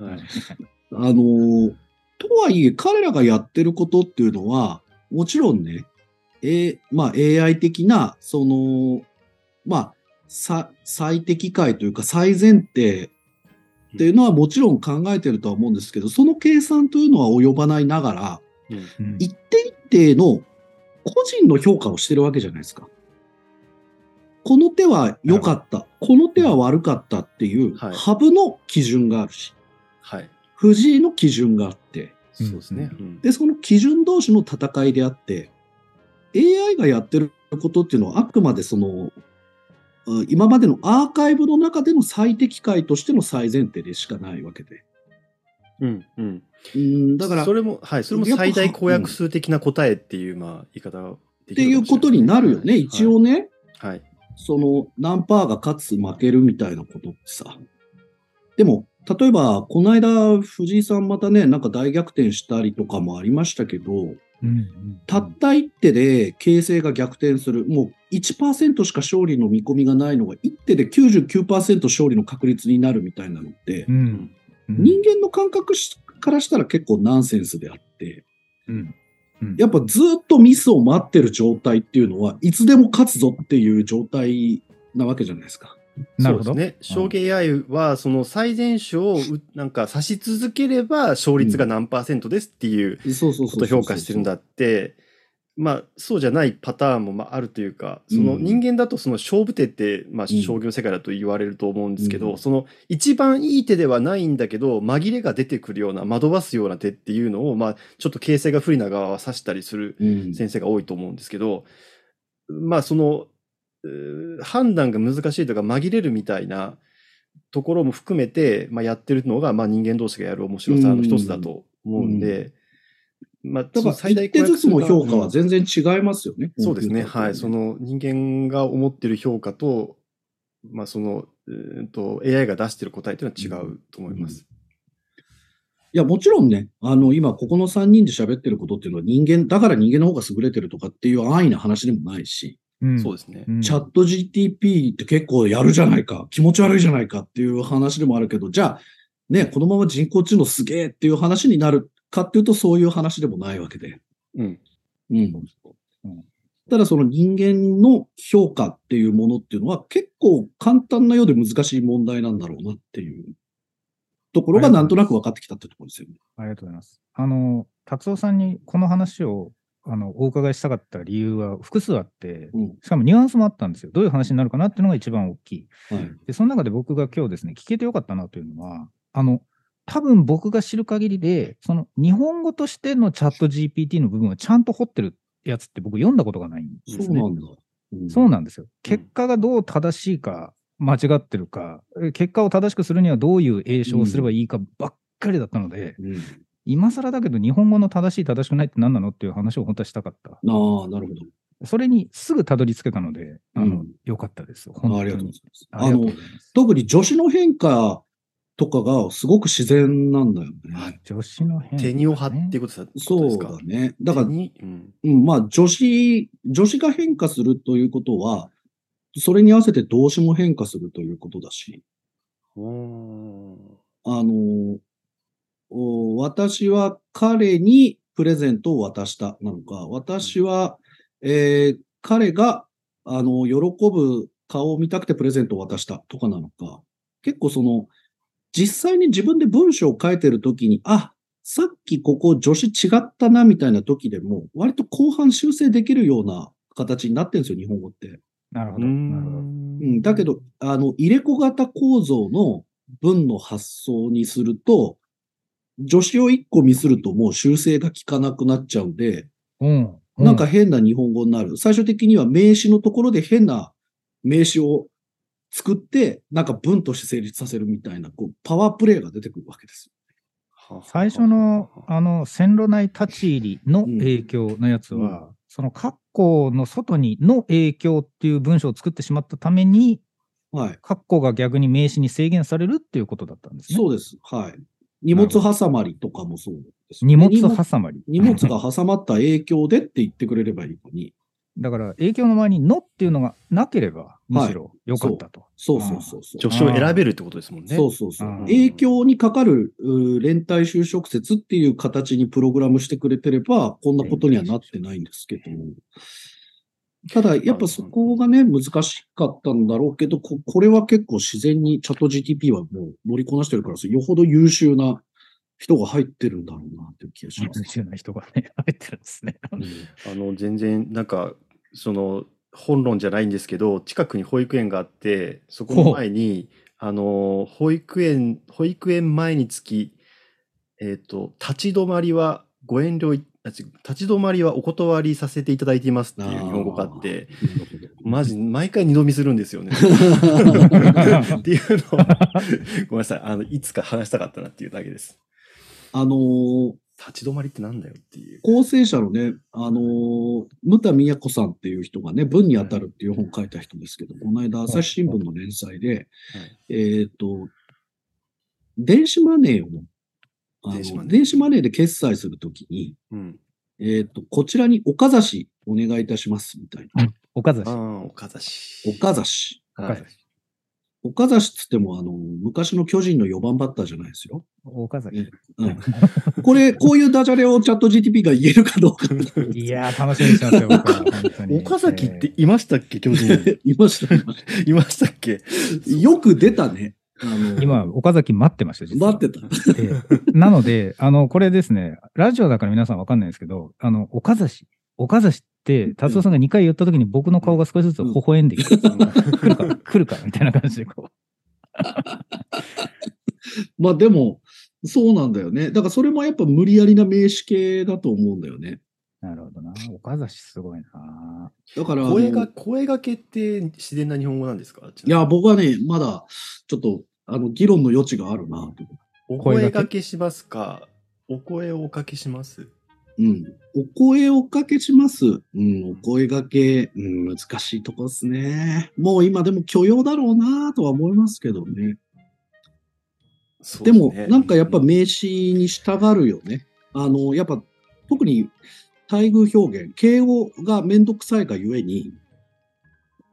はいえ、彼らがやってることっていうのは、もちろんね、AI 的な、最適解というか最前提っていうのはもちろん考えてるとは思うんですけど、その計算というのは及ばないながら、一定一定の個人の評価をしてるわけじゃないですか。この手は良かった、この手は悪かったっていう羽生の基準があるし、藤井の基準があって、 そうですね。 で、その基準同士の戦いであって、AI がやってることっていうのはあくまで今までのアーカイブの中での最適解としての最前提でしかないわけで。だから、 それも最大公約数的な答えっていう、言い方ができるっていうことになるよね、一応ね。何パーが勝つ負けるみたいなことってさ。でも、例えば、この間、藤井さんまたね、なんか大逆転したりとかもありましたけど、たった一手で形勢が逆転する。もう 1% しか勝利の見込みがないのが、一手で 99% 勝利の確率になるみたいなのって、人間の感覚からしたら結構ナンセンスであって、やっぱずっとミスを待ってる状態っていうのは、いつでも勝つぞっていう状態なわけじゃないですか。 そうですね。将棋 AI は、その最善手をなんか指し続ければ勝率が何%ですっていうことを評価してるんだって、そうじゃないパターンもあるというか、その人間だとその勝負手って、将棋の世界だと言われると思うんですけど、その一番いい手ではないんだけど、紛れが出てくるような、惑わすような手っていうのを、ちょっと形勢が不利な側は指したりする先生が多いと思うんですけど、その、判断が難しいとか紛れるみたいなところも含めて、やってるのが、人間同士がやる面白さの一つだと思うんで、 だから最大一手ずつの評価は全然違いますよね。 そうですね。その人間が思ってる評価と、その、AI が出してる答えというのは違うと思います。 いや、もちろんね、今ここの3人で喋ってることっていうのはだから人間の方が優れてるとかっていう安易な話でもないし、 そうですね。 チャット GTP って結構やるじゃないか、気持ち悪いじゃないかっていう話でもあるけど、じゃあ、ね、このまま人工知能すげえっていう話になるかっていうと、そういう話でもないわけで。ただその人間の評価っていうものっていうのは結構簡単なようで難しい問題なんだろうなっていうところがなんとなく分かってきたってところですよね。 ありがとうございます。達夫さんにこの話をお伺いしたかった理由は複数あって、しかもニュアンスもあったんですよ。どういう話になるかなっていうのが一番大きい。で、その中で僕が今日ですね、聞けてよかったなというのは、多分僕が知る限りで、その日本語としてのチャット GPT の部分をちゃんと掘ってるやつって僕読んだことがないんですね。 そうなんだ。 そうなんですよ。結果がどう正しいか、間違ってるか、結果を正しくするにはどういう詠唱をすればいいかばっかりだったので、今更だけど日本語の正しい正しくないって何なのっていう話を本当はしたかった。 ああ、なるほど。 それにすぐたどり着けたので、よかったです。本当に。 ありがとうございます。特に助詞の変化とかがすごく自然なんだよね。 助詞の変化、 手にを張っていうことですか？ そうだね。だから、まあ、助詞が変化するということは、それに合わせて動詞も変化するということだし。私は彼にプレゼントを渡したなのか、私は、彼が喜ぶ顔を見たくてプレゼントを渡したとかなのか、結構その、実際に自分で文章を書いてるときに、あ、さっきここ助詞違ったなみたいな時でも、割と後半修正できるような形になってるんですよ、日本語って。 なるほど。なるほど。 だけど、入れ子型構造の文の発想にすると、助詞を1個ミスるともう修正が効かなくなっちゃうんで、なんか変な日本語になる。最終的には名詞のところで変な名詞を作って、なんか文として成立させるみたいな、こう、パワープレイが出てくるわけですよ。最初の、線路内立ち入りの影響のやつは、その括弧の外にの影響っていう文章を作ってしまったために、括弧が逆に名詞に制限されるっていうことだったんですね。 そうです。はい。荷物挟まりとかもそうです、 荷物挟まり。 荷物が挟まった影響でって言ってくれればいいのに。 だから、影響の前にのっていうのがなければ、むしろ良かったと。 そう。 助詞を選べるってことですもんね。 そう。影響にかかる連帯修飾説っていう形にプログラムしてくれてれば、こんなことにはなってないんですけど。ただ、やっぱそこがね、難しかったんだろうけど、これは結構自然にチャット GTP はもう乗りこなしてるから、よほど優秀な人が入ってるんだろうなっていう気がします。 優秀な人がね、入ってるんですね。 全然、なんか、本論じゃないんですけど、近くに保育園があって、そこの前に、保育園前につき、立ち止まりはご遠慮立ち止まりはお断りさせていただいていますっていう日本語があって、マジ、毎回二度見するんですよね。っていうのを、ごめんなさい、いつか話したかったなっていうだけです。立ち止まりってなんだよっていう。 構成者のね、牟田美也子さんっていう人がね、文に当たるっていう本を書いた人ですけど、この間、朝日新聞の連載で、電子マネーを、電子マネーで決済するときに、こちらにおかざしお願いいたしますみたいな。 おかざし。 おかざし。 おかざし。おかざしつっても、昔の巨人の4番バッターじゃないですよ。 おかざし。 こういうダジャレをチャット GTP が言えるかどうか。 いやー、楽しみにしてますよ、僕は。本当に。 岡崎っていましたっけ、巨人。 いました。 いましたっけ。 よく出たね。 今、岡崎待ってました、実は。待ってた。なので、これですね、ラジオだから皆さんわかんないですけど、岡崎って、達夫さんが2回言ったときに僕の顔が少しずつ微笑んでいく。来るか、みたいな感じでこう。 まあでも、そうなんだよね。だからそれもやっぱ無理やりな名詞系だと思うんだよね。 なるほどな。岡崎すごいな。 だから声がけって自然な日本語なんですか？ いや、僕はね、まだちょっと議論の余地があるなと。 お声掛けしますか？お声をおかけします？ お声をおかけします。お声掛け、難しいとこですね。もう今でも許容だろうなとは思いますけどね。でも、なんかやっぱ名詞に従うよね。やっぱ特に待遇表現、形容がめんどくさいがゆえに、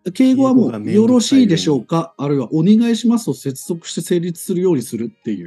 敬語はもうよろしいでしょうか。 か、あるいはお願いしますと接続して成立するようにするっていう。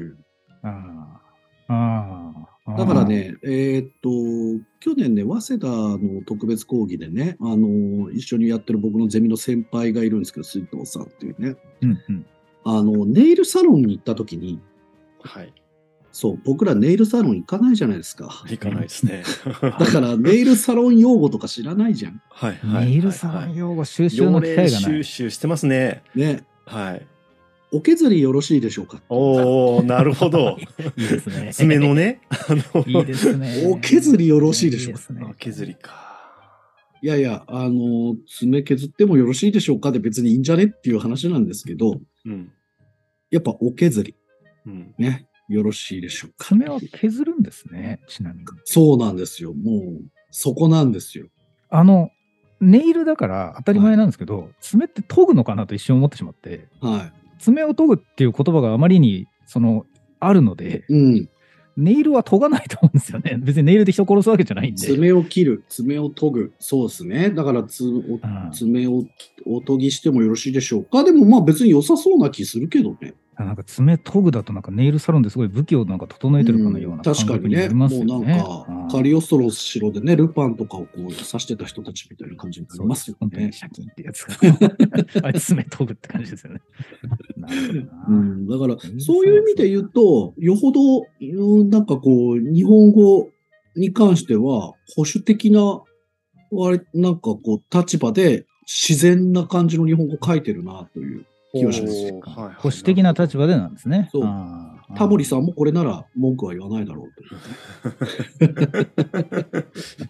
だからね、去年ね、早稲田の特別講義でね、一緒にやってる僕のゼミの先輩がいるんですけど、水藤さんっていうね。ネイルサロンに行った時に、 はい。 そう、僕らネイルサロン行かないじゃないですか。 行かないですね。 だからネイルサロン用語とか知らないじゃん。 はいはい。 ネイルサロン用語収集の機会がない。 収集してますね。 ね。 はい。 お削りよろしいでしょうか。 おお、なるほど。 いいですね。 爪のね。 いいですね。 お削りよろしいでしょうか。 お削りか。 いやいや、爪削ってもよろしいでしょうかで別にいいんじゃねっていう話なんですけど、やっぱお削り。ね。よろしいでしょうか。 爪を削るんですね、ちなみに。 そうなんですよ。もう、そこなんですよ。 ネイルだから当たり前なんですけど、爪って研ぐのかなと一瞬思ってしまって、爪を研ぐっていう言葉があまりにあるので、ネイルは研がないと思うんですよね。別にネイルで人殺すわけじゃないんで。 爪を切る、爪を研ぐ。そうですね。だから爪をお研ぎしてもよろしいでしょうか。でもまあ別に良さそうな気するけどね。 なんか爪研ぐだとなんかネイルサロンですごい武器をなんか整えてるかのような感覚になりますよね。 もうなんかカリオストロ城でね、ルパンとかをこう刺してた人たちみたいな感じになりますよね。 本当にシャキンってやつがあれ爪研ぐって感じですよね。なるほどな。 だからそういう意味で言うと、よほどなんかこう日本語に関しては保守的ななんかこう立場で自然な感じの日本語書いてるなという。 保守的な立場でなんですね。 そう。タモリさんもこれなら文句は言わないだろうと。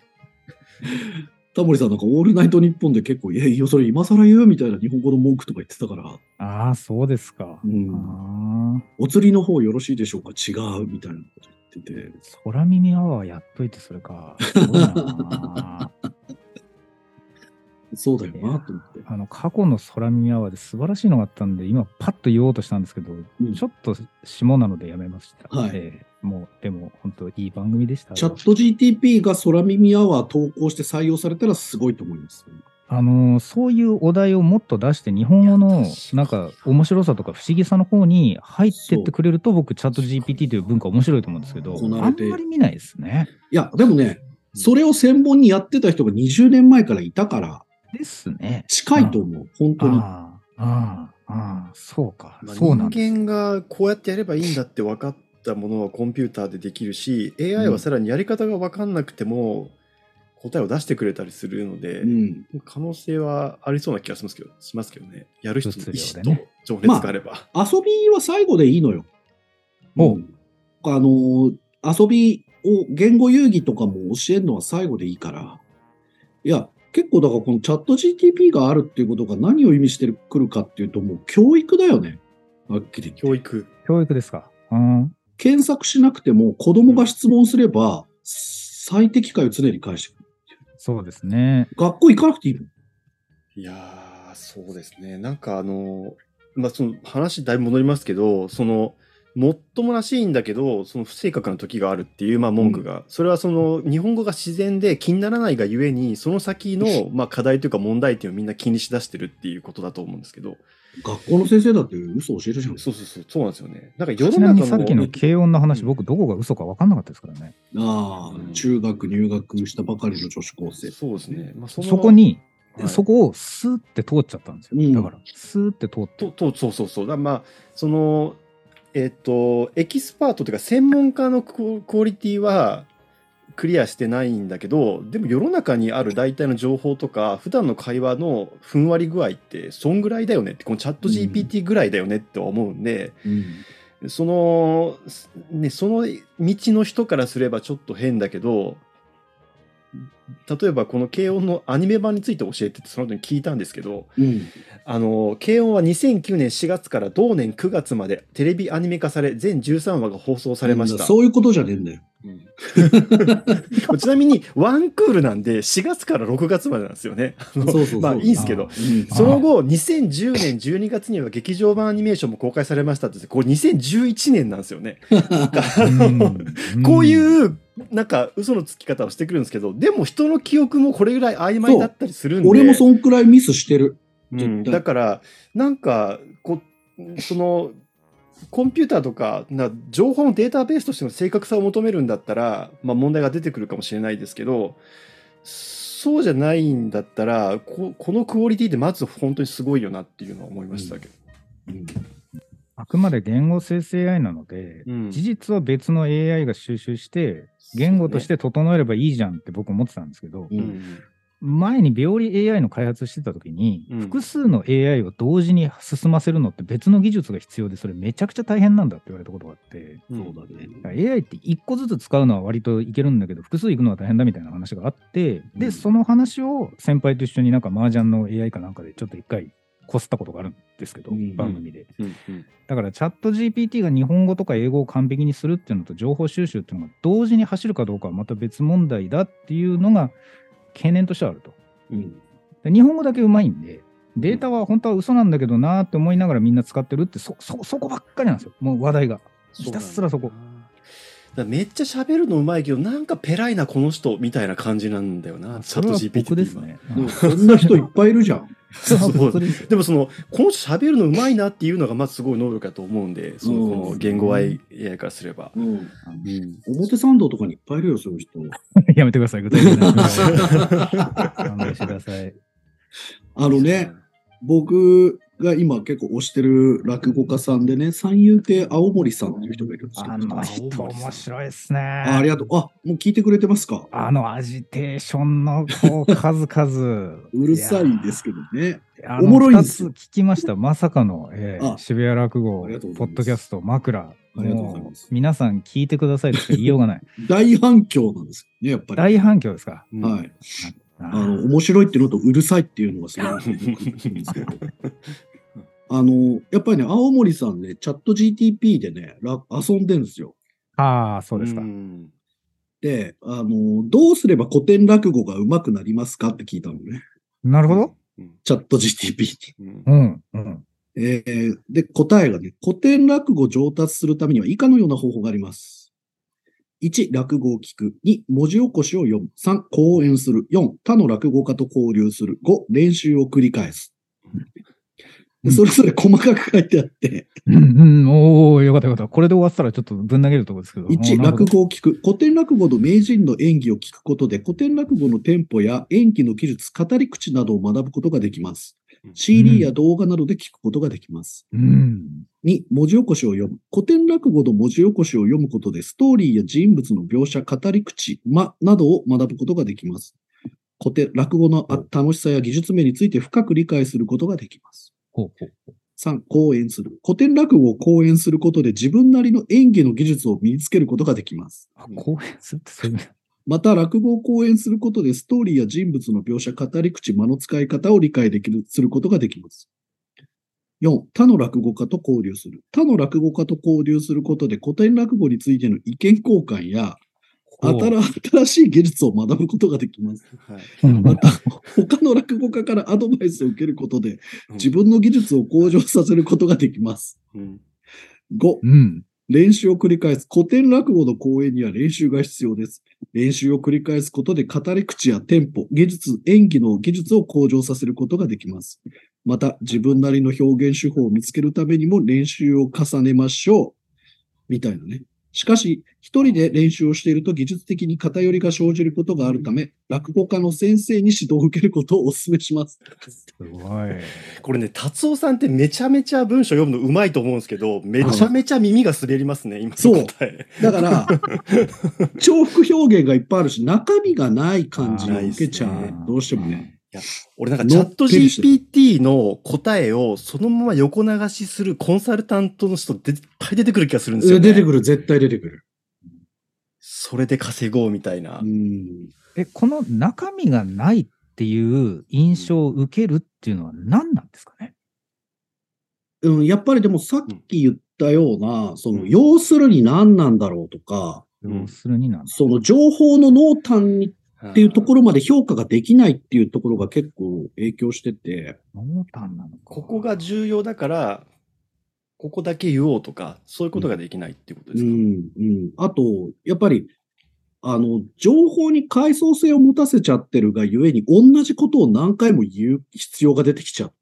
タモリさんなんかオールナイトニッポンで結構、いや、それ今更言うみたいな日本語の文句とか言ってたから。 ああ、そうですか。 お釣りの方よろしいでしょうか、違うみたいなこと言ってて。 空耳アワーやっといてそれか。すごいな。 そうだよなと思って。 過去の空耳アワーで素晴らしいのがあったんで、今パッと言おうとしたんですけど、ちょっと下なのでやめました。もう、でも本当いい番組でした。 チャット GTP が空耳アワー投稿して採用されたらすごいと思います。 そういうお題をもっと出して日本語のなんか面白さとか不思議さの方に入ってってくれると僕チャット GPT という文化面白いと思うんですけど、あんまり見ないですね。 いや、でもね、それを専門にやってた人が20年前からいたから、 ですね。 近いと思う、本当に。 そうか。 人間がこうやってやればいいんだって分かったものはコンピューターでできるし、AI はさらにやり方が分かんなくても答えを出してくれたりするので、可能性はありそうな気がしますけどね。やる人の意思と情熱があれば。 遊びは最後でいいのよ。遊びを言語遊戯とかも教えるのは最後でいいから。いや、結構だからこのチャット GTP があるっていうことが何を意味してくるかっていうともう教育だよね。はっきり言って。 教育ですか。 検索しなくても子供が質問すれば最適解を常に返してくる。 そうですね。 学校行かなくていいの？ いやー、そうですね。なんかその話だいぶ戻りますけど、もっともらしいんだけどその不正確な時があるっていう文句が、それは日本語が自然で気にならないがゆえにその先の課題というか問題点をみんな気にしだしてるっていうことだと思うんですけど、 学校の先生だって嘘教えるじゃん。 そうなんですよね。なんか世の中のちなみにさっきの軽音の話、僕どこが嘘か分かんなかったですからね。 中学入学したばかりの女子高生。 そうですね。 そこをスーって通っちゃったんですよ。だからスーって通ってそうだエキスパートというか専門家のクオリティはクリアしてないんだけど、でも世の中にある大体の情報とか普段の会話のふんわり具合ってそんぐらいだよねって、このチャット GPT ぐらいだよねって思うんで、その道の人からすればちょっと変だけど、例えばこの軽音のアニメ版について教えてってその後に聞いたんですけど、軽音は2009年4月から同年9月までテレビアニメ化され全13話が放送されました。 そういうことじゃねえんだよ。 ちなみにワンクールなんで4月から6月までなんですよね。まあいいんですけど、その後2010年12月には劇場版アニメーションも公開されましたって、これ2011年なんですよね。こういうなんか嘘のつき方をしてくるんですけど、でも人の記憶もこれぐらい曖昧だったりするんで。 俺もそんくらいミスしてる。 だからなんかそのコンピューターとか情報のデータベースとしての正確さを求めるんだったら、問題が出てくるかもしれないですけど、そうじゃないんだったらこのクオリティでまず本当にすごいよなっていうのは思いましたけど。 あくまで言語生成 AI なので、事実は別の AI が収集して言語として整えればいいじゃんって僕思ってたんですけど、前に病理 AI の開発してた時に、複数の AI を同時に進ませるのって別の技術が必要で、それめちゃくちゃ大変なんだって言われたことがあって、 そうだね。 AI って1個ずつ使うのは割といけるんだけど、複数いくのは大変だみたいな話があって、で、その話を先輩と一緒になんか麻雀の AI かなんかでちょっと一回こすったことがあるんですけど、番組で。だからチャット GPT が日本語とか英語を完璧にするっていうのと情報収集っていうのが同時に走るかどうかはまた別問題だっていうのが懸念としてはあると。で日本語だけうまいんで、データは本当は嘘なんだけどなーって思いながらみんな使ってるって、そこばっかりなんですよ。もう話題が。ひたすらそこ。 めっちゃ喋るのうまいけど、なんかペライなこの人みたいな感じなんだよな。 チャット GPT 僕ですね。 そんな人いっぱいいるじゃん。 でもこの人喋るのうまいなっていうのがまずすごい能力だと思うんで、この言語 AI からすれば。 表参道とかにいっぱいいるよ、そういう人。 やめてください、具体的な。勘弁してください。 僕が今結構推してる落語家さんでね、三遊亭青森さんっていう人がいるんですけど。 あの人面白いですね。 ありがとう。もう聞いてくれてますか？ アジテーションの数々。 うるさいですけどね。おもろいんですよ。 聞きました。まさかの、渋谷落語、ポッドキャスト、枕。 ありがとうございます。 皆さん聞いてくださいとしか言いようがない。 大反響なんですよね、やっぱり。 大反響ですか。 はい。面白いっていうのとうるさいっていうのがすごいですけど。やっぱりね、青森さんね、チャット GTP でね、遊んでるんですよ。 ああ、そうですか。 で、どうすれば古典落語が上手くなりますかって聞いたのね。 なるほど。 チャット GTP に。で、答えがね、古典落語を上達するためには以下のような方法があります。1、落語を聞く。2、文字起こしを読む。3、講演する。4、他の落語家と交流する。5、練習を繰り返す。それぞれ細かく書いてあって。 おー、よかったよかった。これで終わったらちょっとぶん投げるところですけど。 1、落語を聞く。古典落語の名人の演技を聞くことで、古典落語のテンポや演技の技術、語り口などを学ぶことができます。CD や動画などで聞くことができます。2、文字起こしを読む。古典落語の文字起こしを読むことで、ストーリーや人物の描写、語り口、などを学ぶことができます。落語の楽しさや技術面について深く理解することができます。3、講演する。古典落語を講演することで自分なりの演技の技術を身につけることができます。 講演するってそういう。 また、落語を講演することでストーリーや人物の描写、語り口、間の使い方を理解することができます。4、他の落語家と交流する。他の落語家と交流することで古典落語についての意見交換や新しい技術を学ぶことができます。また、他の落語家からアドバイスを受けることで自分の技術を向上させることができます。5、練習を繰り返す。古典落語の講演には練習が必要です。練習を繰り返すことで語り口やテンポ、演技の技術を向上させることができます。また、自分なりの表現手法を見つけるためにも練習を重ねましょう。みたいなね。しかし、一人で練習をしていると技術的に偏りが生じることがあるため、落語家の先生に指導を受けることをお勧めします。 すごい。 これね、達夫さんってめちゃめちゃ文章読むのうまいと思うんですけど、めちゃめちゃ耳が滑りますね、今の答え。 だから、重複表現がいっぱいあるし、中身がない感じを受けちゃう。どうしてもね。 俺なんかチャット GPT の答えをそのまま横流しするコンサルタントの人絶対出てくる気がするんですよね。 出てくる、絶対出てくる。 それで稼ごうみたいな。 この中身がないっていう印象を受けるっていうのは何なんですかね？ やっぱりでもさっき言ったような、要するに何なんだろうとか、 要するに何その情報の濃淡にっていうところまで評価ができないっていうところが結構影響してて。 濃淡なのか。 ここが重要だから、ここだけ言おうとか、そういうことができないっていうことですか？ あと、やっぱり、情報に階層性を持たせちゃってるがゆえに、同じことを何回も言う必要が出てきちゃう。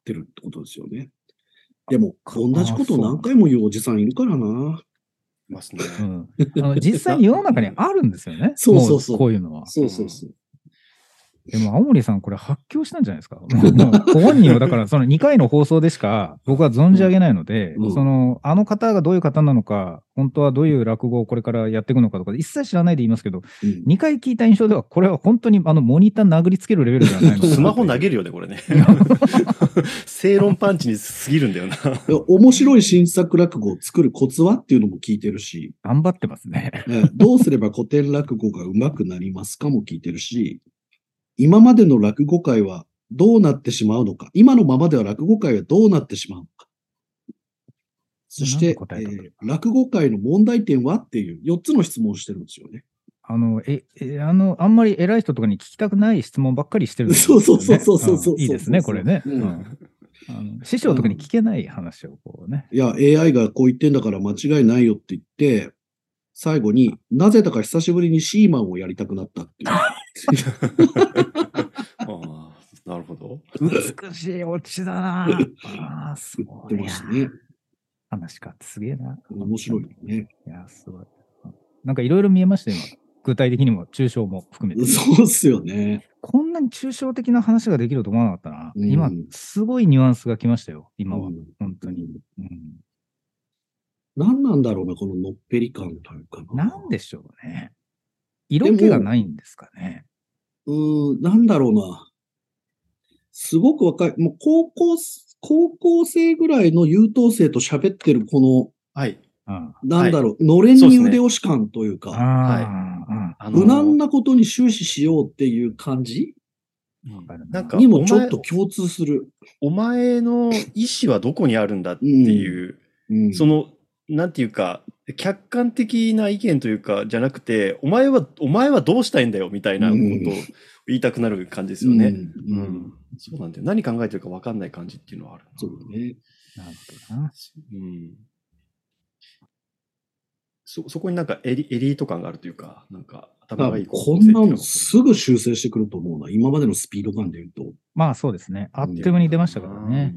ってるってことですよね。でも、同じこと何回も言うおじさんいるからな。 いますね。 実際に世の中にあるんですよね。 そうそうそう。 もこういうのは。 そうそうそう。 でも、青森さん、これ発狂したんじゃないですか。もうご本人は、だから、その2回の放送でしか僕は存じ上げないので、あの方がどういう方なのか、本当はどういう落語をこれからやっていくのかとか、一切知らないで言いますけど、2回聞いた印象では、これは本当にモニター殴りつけるレベルではないのかな。 スマホ投げるよね、これね。正論パンチに過ぎるんだよな。 面白い新作落語を作るコツはっていうのも聞いてるし、 頑張ってますね。 どうすれば古典落語が上手くなりますかも聞いてるし、今までの落語界はどうなってしまうのか、今のままでは落語界はどうなってしまうのか、そして、落語界の問題点はっていう4つの質問をしてるんですよね。 あんまり偉い人とかに聞きたくない質問ばっかりしてるんですよね。そう。 いいですね、これね。師匠とかに聞けない話をこうね。 いや、AI がこう言ってんだから間違いないよって言って、最後になぜだか久しぶりにシーマンをやりたくなったっていう。 なるほど。 美しいオチだな。そう言ってましたね。 話かってすげえな。 面白いよね。 いや、すごい。なんかいろいろ見えました、今。具体的にも、抽象も含めて。 そうっすよね。 こんなに抽象的な話ができると思わなかったな。今、すごいニュアンスが来ましたよ、今は。本当に。 何なんだろうな、こののっぺり感というかな。なんでしょうね。色気がないんですかね。 なんだろうな。すごく若い、もう高校生ぐらいの優等生と喋ってるこの、 はい。 なんだろう、のれんに腕押し感というか、無難なことに終始しようっていう感じにもちょっと共通する。 お前の意思はどこにあるんだっていう、その、なんていうか、客観的な意見というか、じゃなくて、お前はどうしたいんだよみたいなことを言いたくなる感じですよね。そうなんだよ。何考えてるか分かんない感じっていうのはある。 そうだね。 なるほどな。 そこになんかエリート感があるというか、なんか頭がいいこんなのすぐ修正してくると思うな。今までのスピード感で言うと。 まあそうですね。あっという間に出ましたからね。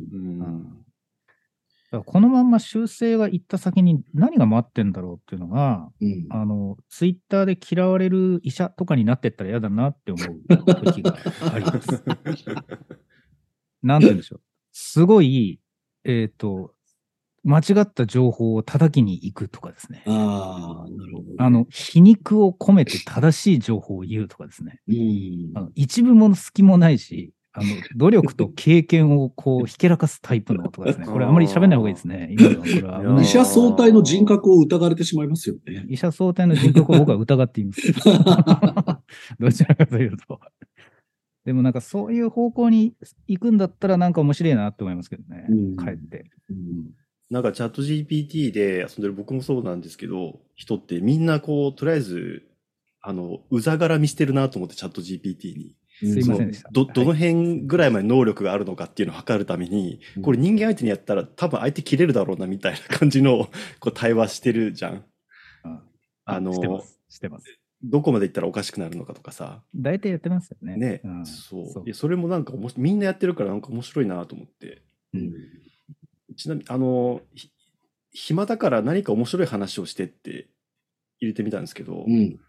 このまんま修正が行った先に何が待ってんだろうっていうのが、ツイッターで嫌われる医者とかになってったら嫌だなって思う時があります。なんて言うんでしょう。すごい、間違った情報を叩きに行くとかですね。 なるほど。 皮肉を込めて正しい情報を言うとかですね。一部も隙もないし、努力と経験をこうひけらかすタイプのとかですね。これあんまり喋んない方がいいですね。今のこれは危ない。 医者相対の人格を疑われてしまいますよね。 医者相対の人格を僕は疑っています。どちらかというと。でもなんかそういう方向に行くんだったらなんか面白いなって思いますけどね。帰って。 なんかチャット GPT で遊んでる僕もそうなんですけど、人ってみんなこう、とりあえず、うざがらみしてるなと思ってチャット GPT に。 すいませんでした。 どの辺ぐらいまで能力があるのかっていうのを測るために、これ人間相手にやったら多分相手切れるだろうなみたいな感じのこう対話してるじゃん。 してます。 どこまで行ったらおかしくなるのかとかさ。 大体やってますよね。 ね。そう。いや、それもなんかみんなやってるからなんか面白いなと思って。ちなみに、暇だから何か面白い話をしてって入れてみたんですけど、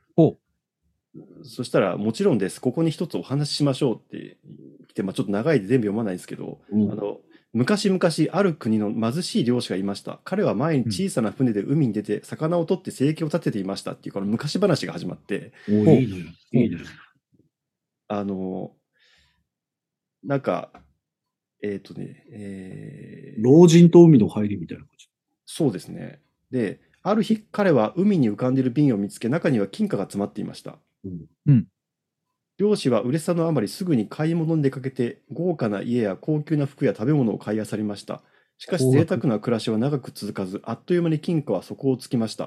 そしたら、もちろんです。ここに一つお話ししましょうって来て、ちょっと長いで全部読まないんですけど、昔々ある国の貧しい漁師がいました。彼は前に小さな船で海に出て魚を取って生計を立てていましたっていうこの昔話が始まって、 いいね。 なんか、 老人と海の入りみたいな感じ。 そうですね。で、ある日彼は海に浮かんでいる瓶を見つけ、中には金貨が詰まっていました。漁師は嬉しさのあまりすぐに買い物に出かけて、豪華な家や高級な服や食べ物を買い漁りました。しかし贅沢な暮らしは長く続かず、あっという間に金貨は底をつきました。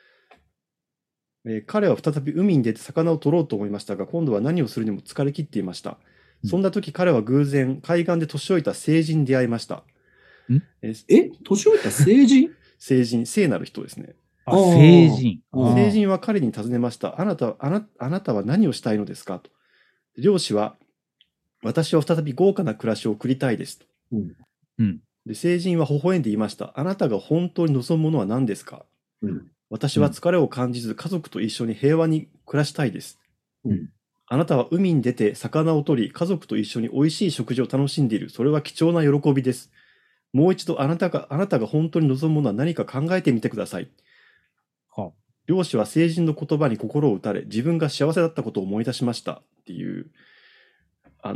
彼は再び海に出て魚を取ろうと思いましたが、今度は何をするにも疲れ切っていました。そんな時彼は偶然、海岸で年老いた聖人に出会いました。 年老いた聖人聖人、聖なる人ですね。 聖人。 聖人は彼に尋ねました。あなたは何をしたいのですかと。漁師は、私は再び豪華な暮らしを送りたいですと。 うん。 うん。 で、聖人は微笑んで言いました。あなたが本当に望むものは何ですか？ うん。 私は疲れを感じず家族と一緒に平和に暮らしたいです。 うん。 あなたは海に出て魚を取り、家族と一緒に美味しい食事を楽しんでいる。それは貴重な喜びです。もう一度あなたが本当に望むものは何か考えてみてください。 は漁師は聖人の言葉に心を打たれ、自分が幸せだったことを思い出しましたっていう、 うん。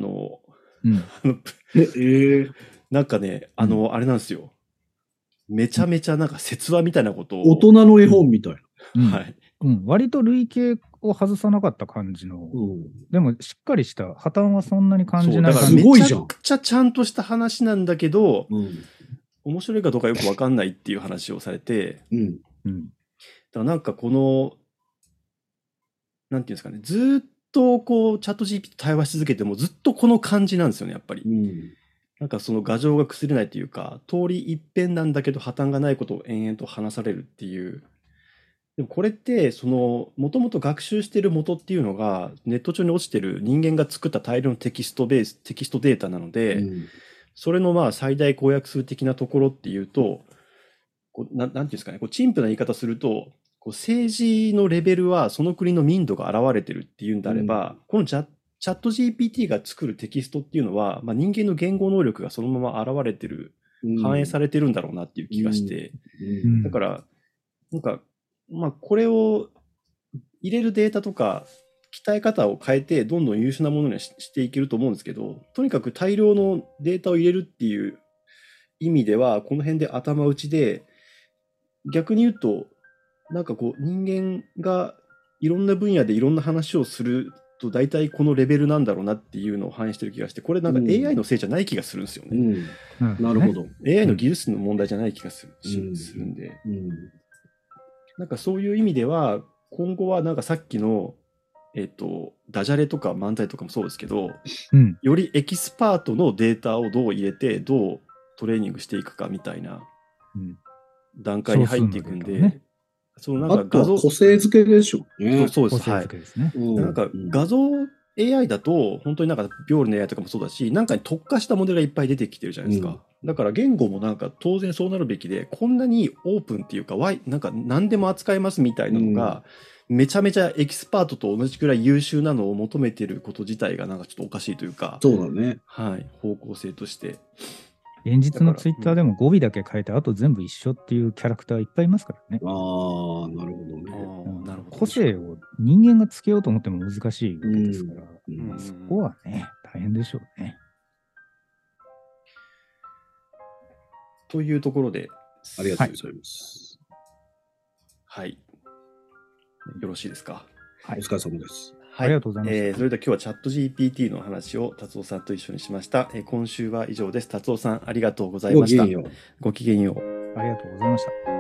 なんかね、あれなんですよ。めちゃめちゃなんか説話みたいなことを。 大人の絵本みたいな。 はい。 割と類型を外さなかった感じの、でもしっかりした破綻はそんなに感じないだから感じ。 めちゃくちゃちゃんとした話なんだけど、面白いかどうかよくわかんないっていう話をされて、だからなんかこの、なんていうんですかね、ずっとこうチャット GPT と対話し続けてもずっとこの感じなんですよね、やっぱり。なんかその牙城が崩れないというか、通り一遍なんだけど破綻がないことを延々と話されるっていう。でもこれって、もともと学習している元っていうのが、ネット上に落ちてる人間が作った大量のテキストデータなので、それのまあ最大公約数的なところっていうと、なんていうんですかね、陳腐な言い方すると、政治のレベルはその国の民度が現れてるっていうんであれば、このチャット GPT が作るテキストっていうのは、まあ、人間の言語能力がそのまま現れてる、反映されてるんだろうなっていう気がして、だから、なんか、まあ、これを入れるデータとか、鍛え方を変えて、どんどん優秀なものにしていけると思うんですけど、とにかく大量のデータを入れるっていう意味では、この辺で頭打ちで、逆に言うと、なんかこう、人間がいろんな分野でいろんな話をすると、大体このレベルなんだろうなっていうのを反映してる気がして、これなんか AI のせいじゃない気がするんですよね。 なるほど。 AI の技術の問題じゃない気がするんで。なんかそういう意味では、今後はなんかさっきの、ダジャレとか漫才とかもそうですけど、よりエキスパートのデータをどう入れて、どうトレーニングしていくかみたいな段階に入っていくんで、 なんか画像個性付けでしょうね。 そうです。はい。なんか画像 AI だと、本当になんかビョールの AI とかもそうだし、なんかに特化したモデルがいっぱい出てきてるじゃないですか。だから言語もなんか当然そうなるべきで、こんなにオープンっていうか、なんか何でも扱えますみたいなのが、めちゃめちゃエキスパートと同じくらい優秀なのを求めてること自体がなんかちょっとおかしいというか、 そうだね。 はい、方向性として。 現実のツイッターでも語尾だけ変えて、あと全部一緒っていうキャラクターいっぱいいますからね。 なるほどね。 個性を人間がつけようと思っても難しいわけですから、そこはね、大変でしょうね。 というところで。 ありがとうございます。 はい。よろしいですか。 お疲れ様です。 ありがとうございます。 それでは今日はチャット GPT の話を達夫さんと一緒にしました。今週は以上です。達夫さん、ありがとうございました。 ごきげんよう。 ごきげんよう。 ありがとうございました。